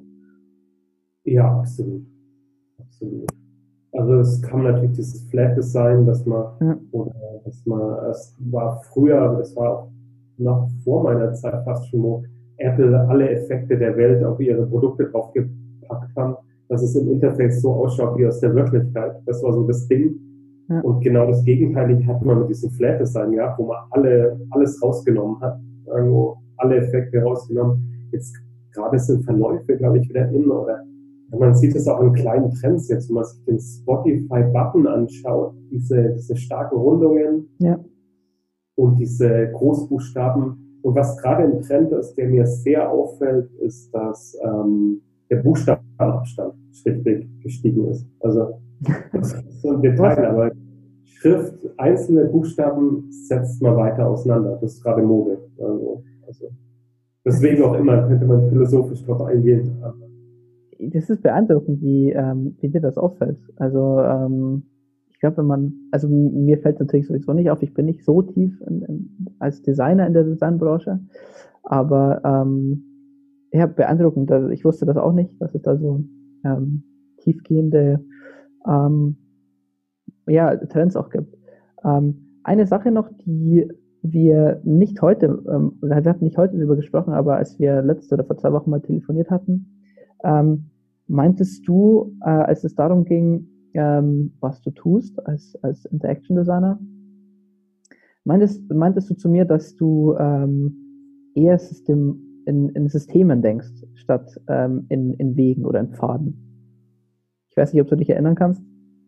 Ja, absolut. Absolut. Also es kam natürlich dieses Flat Design, dass man, Ja. oder dass man, es war früher, aber das war auch noch vor meiner Zeit fast schon, wo Apple alle Effekte der Welt auf ihre Produkte draufgepackt haben, dass es im Interface so ausschaut wie aus der Wirklichkeit. Das war so das Ding. Ja. Und genau das Gegenteilige hat man mit diesem Flat Design gehabt, wo man alle, alles rausgenommen hat, irgendwo alle Effekte rausgenommen. Jetzt gerade sind Verläufe, glaube ich, wieder in, oder man sieht es auch in kleinen Trends jetzt, wenn man sich den Spotify-Button anschaut, diese, diese starken Rundungen Ja. und diese Großbuchstaben. Und was gerade im Trend ist, der mir sehr auffällt, ist, dass ähm, der Buchstabenabstand schrittweg gestiegen ist. Also das ist so ein Detail, aber Schrift, einzelne Buchstaben setzt man weiter auseinander. Das ist gerade Mode. Also, also deswegen auch immer könnte man philosophisch drauf eingehen. Das ist beeindruckend, wie, ähm, wie dir das auffällt. Also ähm, ich glaube, wenn man, also mir fällt natürlich sowieso nicht auf, ich bin nicht so tief in, in, als Designer in der Designbranche, aber ähm, ja, beeindruckend. Also ich wusste das auch nicht, dass es da so ähm, tiefgehende ähm, ja, Trends auch gibt. Ähm, eine Sache noch, die wir nicht heute, ähm, wir hatten nicht heute darüber gesprochen, aber als wir letzte oder vor zwei Wochen mal telefoniert hatten, ähm, meintest du, äh, als es darum ging, ähm, was du tust als, als Interaction Designer, meintest, meintest du zu mir, dass du ähm, eher System, in, in Systemen denkst, statt ähm, in, in Wegen oder in Pfaden? Ich weiß nicht, ob du dich erinnern kannst.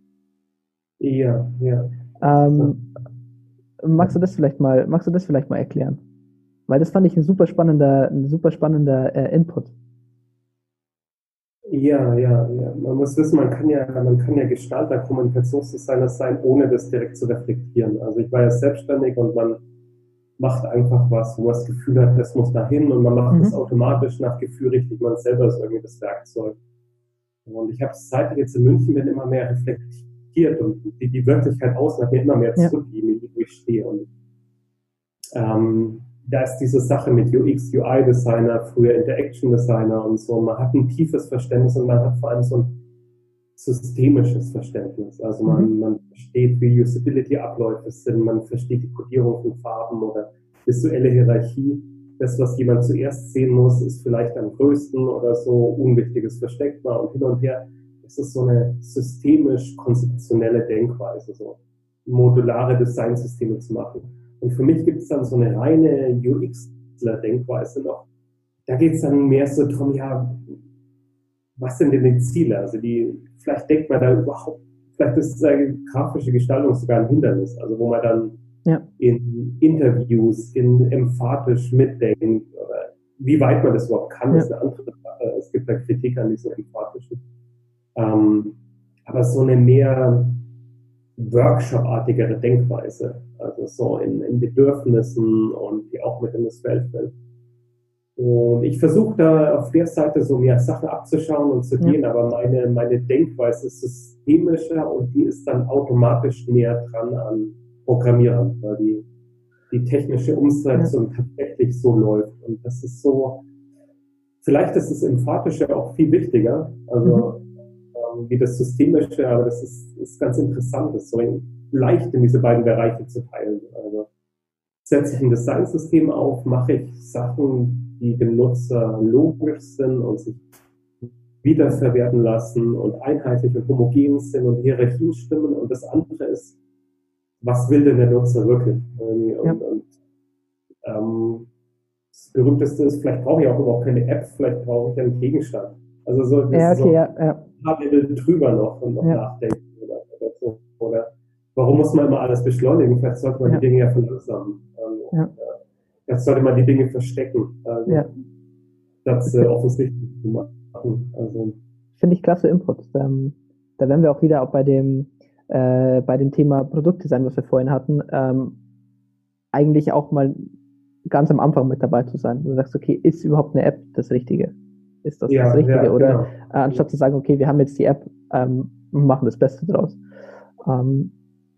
Ja, ja. Ähm, magst du das vielleicht mal, magst du das vielleicht mal erklären? Weil das fand ich ein super spannender, ein super spannender äh, Input. Ja, ja, ja. Man muss wissen, man kann ja, man kann ja Gestalter, Kommunikationsdesigner sein, ohne das direkt zu reflektieren. Also ich war ja selbstständig und man macht einfach was, wo man das Gefühl hat, das muss dahin und man macht Mhm. das automatisch nach Gefühl richtig. Man selber ist irgendwie das Werkzeug. Und ich habe es seit ich jetzt in München bin immer mehr reflektiert und die, die Wirklichkeit außen hat mir immer mehr Ja. zurückgegeben, wo ich stehe. Und ähm, da ist diese Sache mit U X, U I-Designer, früher Interaction-Designer und so. Man hat ein tiefes Verständnis und man hat vor allem so ein, systemisches Verständnis. Also man, Mhm. man versteht, wie Usability-Abläufe sind, man versteht die Kodierung von Farben oder visuelle Hierarchie. Das, was jemand zuerst sehen muss, ist vielleicht am größten oder so, Unwichtiges versteckt mal und hin und her. Es ist so eine systemisch-konzeptionelle Denkweise, so modulare Designsysteme zu machen. Und für mich gibt es dann so eine reine U X-Denkweise noch. Da geht es dann mehr so drum, ja, was sind denn die Ziele? Also die, vielleicht denkt man da überhaupt, vielleicht ist äh, grafische Gestaltung sogar ein Hindernis, also wo man dann Ja. in Interviews, in emphatisch mitdenkt, oder wie weit man das überhaupt kann, Ja. ist eine andere Sache. Es gibt da Kritik an diesem emphatischen. Ähm, aber so eine mehr Workshop-artigere Denkweise, also so in, in Bedürfnissen und die auch mit in das Feld fällt. Und ich versuche da auf der Seite so mehr Sachen abzuschauen und zu Ja. gehen, aber meine, meine Denkweise ist systemischer und die ist dann automatisch näher dran an Programmierern, weil die, die technische Umsetzung ja. tatsächlich so läuft. Und das ist so, vielleicht ist das Emphatische auch viel wichtiger, also mhm. ähm, wie das Systemische, aber das ist, ist ganz interessant, das so leicht in diese beiden Bereiche zu teilen. Also setze ich ein Designsystem auf, mache ich Sachen, die dem Nutzer logisch sind und sich wiederverwerten lassen und einheitlich und homogen sind und Hierarchien stimmen. Und das andere ist, was will denn der Nutzer wirklich? Und, ja. und ähm, das Berühmteste ist, vielleicht brauche ich auch überhaupt keine App, vielleicht brauche ich einen Gegenstand. Also so, das ja, okay, ist so ja, ja. ein paar Level drüber noch und noch ja. nachdenken oder, oder so. Oder warum muss man immer alles beschleunigen? Vielleicht sollte man ja. die Dinge ja verlangsamen. Ähm, ja. Jetzt sollte man die Dinge verstecken, also ja. das äh, offensichtlich zu machen. Also, finde ich klasse Input. Ähm, da wären wir auch wieder auch bei dem, äh, bei dem Thema Produktdesign, was wir vorhin hatten, ähm, eigentlich auch mal ganz am Anfang mit dabei zu sein. Wo du sagst, okay, ist überhaupt eine App das Richtige? Ist das ja, das Richtige? Ja, Oder genau. äh, anstatt zu sagen, okay, wir haben jetzt die App ähm, und machen das Beste draus. Ähm,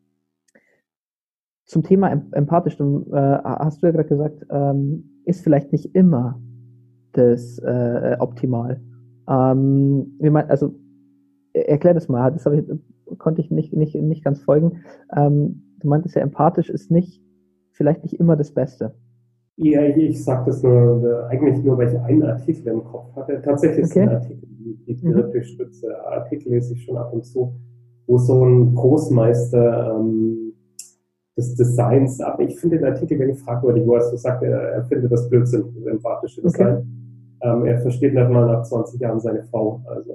Zum Thema empathisch, du, äh, hast du ja gerade gesagt, ähm, ist vielleicht nicht immer das äh, optimal. Ähm, wie mein, also erklär das mal, das ich, konnte ich nicht, nicht, nicht ganz folgen. Ähm, du meintest ja, empathisch ist nicht, vielleicht nicht immer das Beste. Ja, ich, ich sage das nur, eigentlich nur, weil ich einen Artikel im Kopf hatte. Tatsächlich ist okay. ein Artikel, die ich direkt durchstütze. Artikel lese ich schon ab und zu, wo so ein Großmeister ähm, des Designs, aber ich finde den Artikel wenig fragwürdig, wo er so sagt, er, er findet das Blödsinn, das empathische Design. Okay. Ähm, er versteht nicht mal nach zwanzig Jahren seine Frau. Also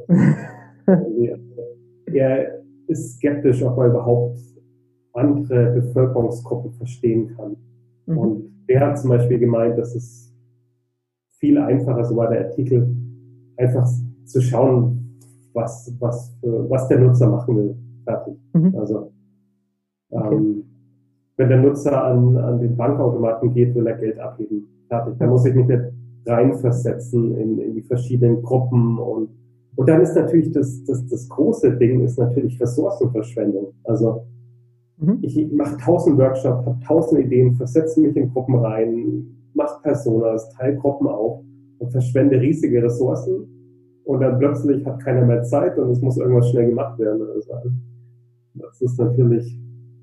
er, er ist skeptisch, ob er überhaupt andere Bevölkerungsgruppen verstehen kann. Mhm. Und er hat zum Beispiel gemeint, dass es viel einfacher, so war der Artikel, einfach zu schauen, was, was, was der Nutzer machen will. Fertig. Mhm. Also okay. ähm, wenn der Nutzer an, an den Bankautomaten geht, will er Geld abheben. Fertig. Da muss ich mich nicht reinversetzen in, in die verschiedenen Gruppen. Und, und dann ist natürlich das, das, das große Ding ist natürlich Ressourcenverschwendung. Also mhm. ich mache tausend Workshops, habe tausend Ideen, versetze mich in Gruppen rein, mache Personas, teile Gruppen auf und verschwende riesige Ressourcen. Und dann plötzlich hat keiner mehr Zeit und es muss irgendwas schnell gemacht werden. Also das ist natürlich...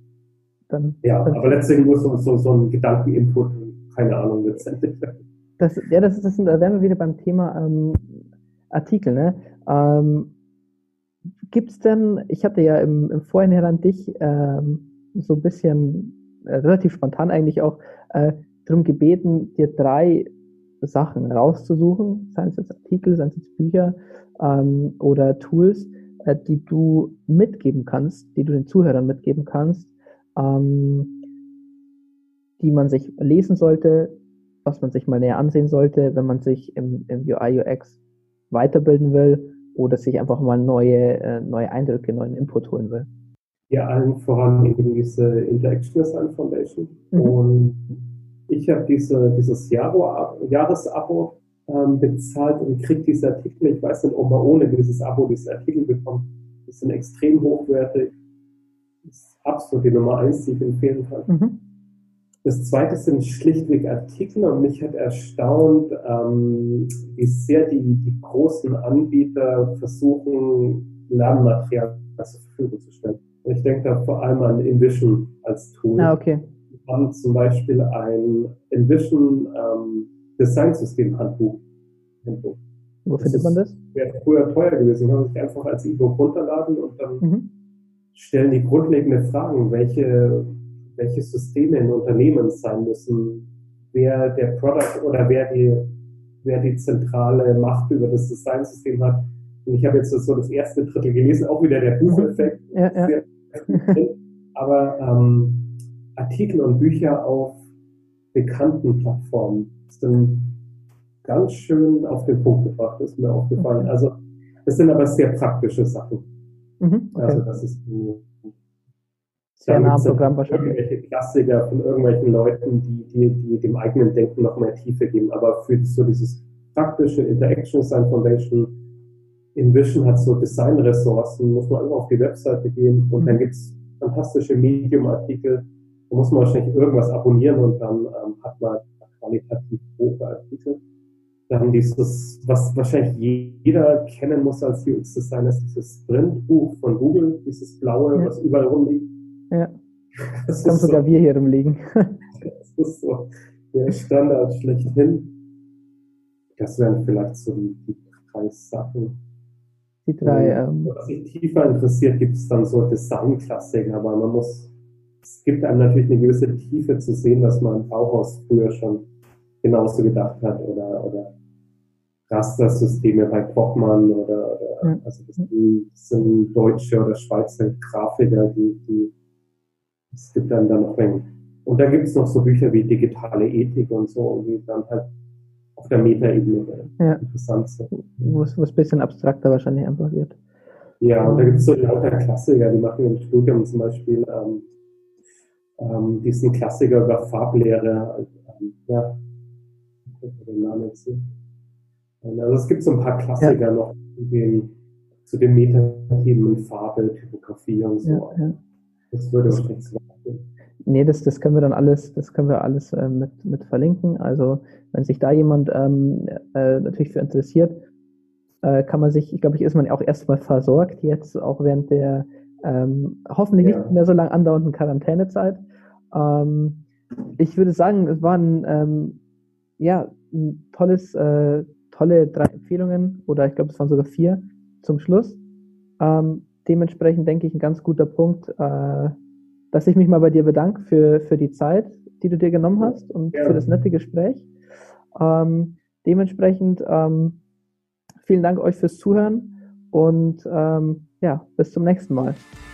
Dann, ja, dann aber letztendlich nur so, so, so ein Gedankeninput, keine Ahnung, letztendlich. Das, ja, das ist, das sind, da wären wir wieder beim Thema ähm, Artikel, ne? Ähm, gibt's denn, ich hatte ja im, im Vorhinein an dich ähm, so ein bisschen, äh, relativ spontan eigentlich auch, äh, darum gebeten, dir drei Sachen rauszusuchen, seien es jetzt Artikel, seien es jetzt Bücher ähm, oder Tools, äh, die du mitgeben kannst, die du den Zuhörern mitgeben kannst, ähm, die man sich lesen sollte, was man sich mal näher ansehen sollte, wenn man sich im, im U I U X weiterbilden will oder sich einfach mal neue, äh, neue Eindrücke, neuen Input holen will. Ja, allen voran eben diese Interaction Design Foundation. Mhm. Und ich habe diese, dieses Jahro, Jahresabo ähm, bezahlt und kriege diese Artikel. Ich weiß nicht, ob man ohne dieses Abo diese Artikel bekommt. Die sind extrem hochwertig. Das ist absolut die Nummer eins, die ich empfehlen kann. Mhm. Das zweite sind schlichtweg Artikel und mich hat erstaunt, ähm, wie sehr die, die großen Anbieter versuchen, Lernmaterial zur Verfügung zu stellen. Und ich denke da vor allem an InVision als Tool. Ah, okay. Wir haben zum Beispiel ein InVision ähm, Designsystem-Handbuch. Wo findet man das? Wäre früher teuer gewesen, kann man sich einfach als E-Book runterladen und dann Mhm. stellen die grundlegenden Fragen, welche, welche Systeme in Unternehmen sein müssen, wer der Product oder wer die, wer die zentrale Macht über das Designsystem hat. Und ich habe jetzt so das erste Drittel gelesen, auch wieder der Bucheffekt. Ja, ja. Sehr, aber ähm, Artikel und Bücher auf bekannten Plattformen sind ganz schön auf den Punkt gebracht, ist mir aufgefallen. Also das sind aber sehr praktische Sachen. Mhm, okay. Also das ist so, sehr nah am so Programm wahrscheinlich. Irgendwelche Klassiker von irgendwelchen Leuten, die, die, die dem eigenen Denken noch mehr Tiefe geben. Aber für so dieses praktische Interaction Design Foundation, InVision hat so Design-Ressourcen, muss man einfach auf die Webseite gehen und mhm. dann gibt es fantastische Medium-Artikel. Da muss man wahrscheinlich irgendwas abonnieren und dann ähm, hat man qualitativ hohe Artikel. Dann dieses, was wahrscheinlich jeder kennen muss als U X-Designer, ist dieses Sprint-Buch von Google, dieses blaue, ja. was überall rumliegt. Ja, das, das haben sogar so, wir hier rumliegen. Das ist so der Standard schlechthin. Das wären vielleicht so die, die drei Sachen. Die drei, ähm, was sich tiefer interessiert, gibt es dann so Design-Klassiker, aber man muss, es gibt einem natürlich eine gewisse Tiefe zu sehen, dass man im Bauhaus früher schon genauso gedacht hat oder, oder Rastersysteme bei Brockmann oder, oder ja. also das sind, das sind deutsche oder Schweizer Grafiker, die, die es gibt dann da noch ein. Und da gibt es noch so Bücher wie Digitale Ethik und so, die dann halt auf der Metaebene ja. interessant sind. Wo es ein bisschen abstrakter wahrscheinlich einfach wird. Ja, und da gibt es so lauter Klassiker, die machen im Studium zum Beispiel ähm, ähm, diesen Klassiker über Farblehre. Ähm, ja, ich weiß den Namen jetzt nicht. Also es gibt so ein paar Klassiker ja. noch zu den, zu den Metathemen Farbe, Typografie und so. Ja, ja. Das würde wahrscheinlich zu weit gehen. Nee, das, das können wir dann alles, das können wir alles äh, mit, mit verlinken. Also wenn sich da jemand ähm, äh, natürlich für interessiert, äh, kann man sich, ich glaube, ich ist man auch erstmal versorgt, jetzt auch während der ähm, hoffentlich ja. nicht mehr so lang andauernden Quarantänezeit. Ähm, ich würde sagen, es war ein, ähm, ja, ein tolles, äh, tolle drei Empfehlungen, oder ich glaube, es waren sogar vier zum Schluss. Ähm, dementsprechend denke ich, ein ganz guter Punkt, äh, dass ich mich mal bei dir bedanke für, für die Zeit, die du dir genommen hast und ja. für das nette Gespräch. Ähm, dementsprechend ähm, vielen Dank euch fürs Zuhören und ähm, ja, bis zum nächsten Mal.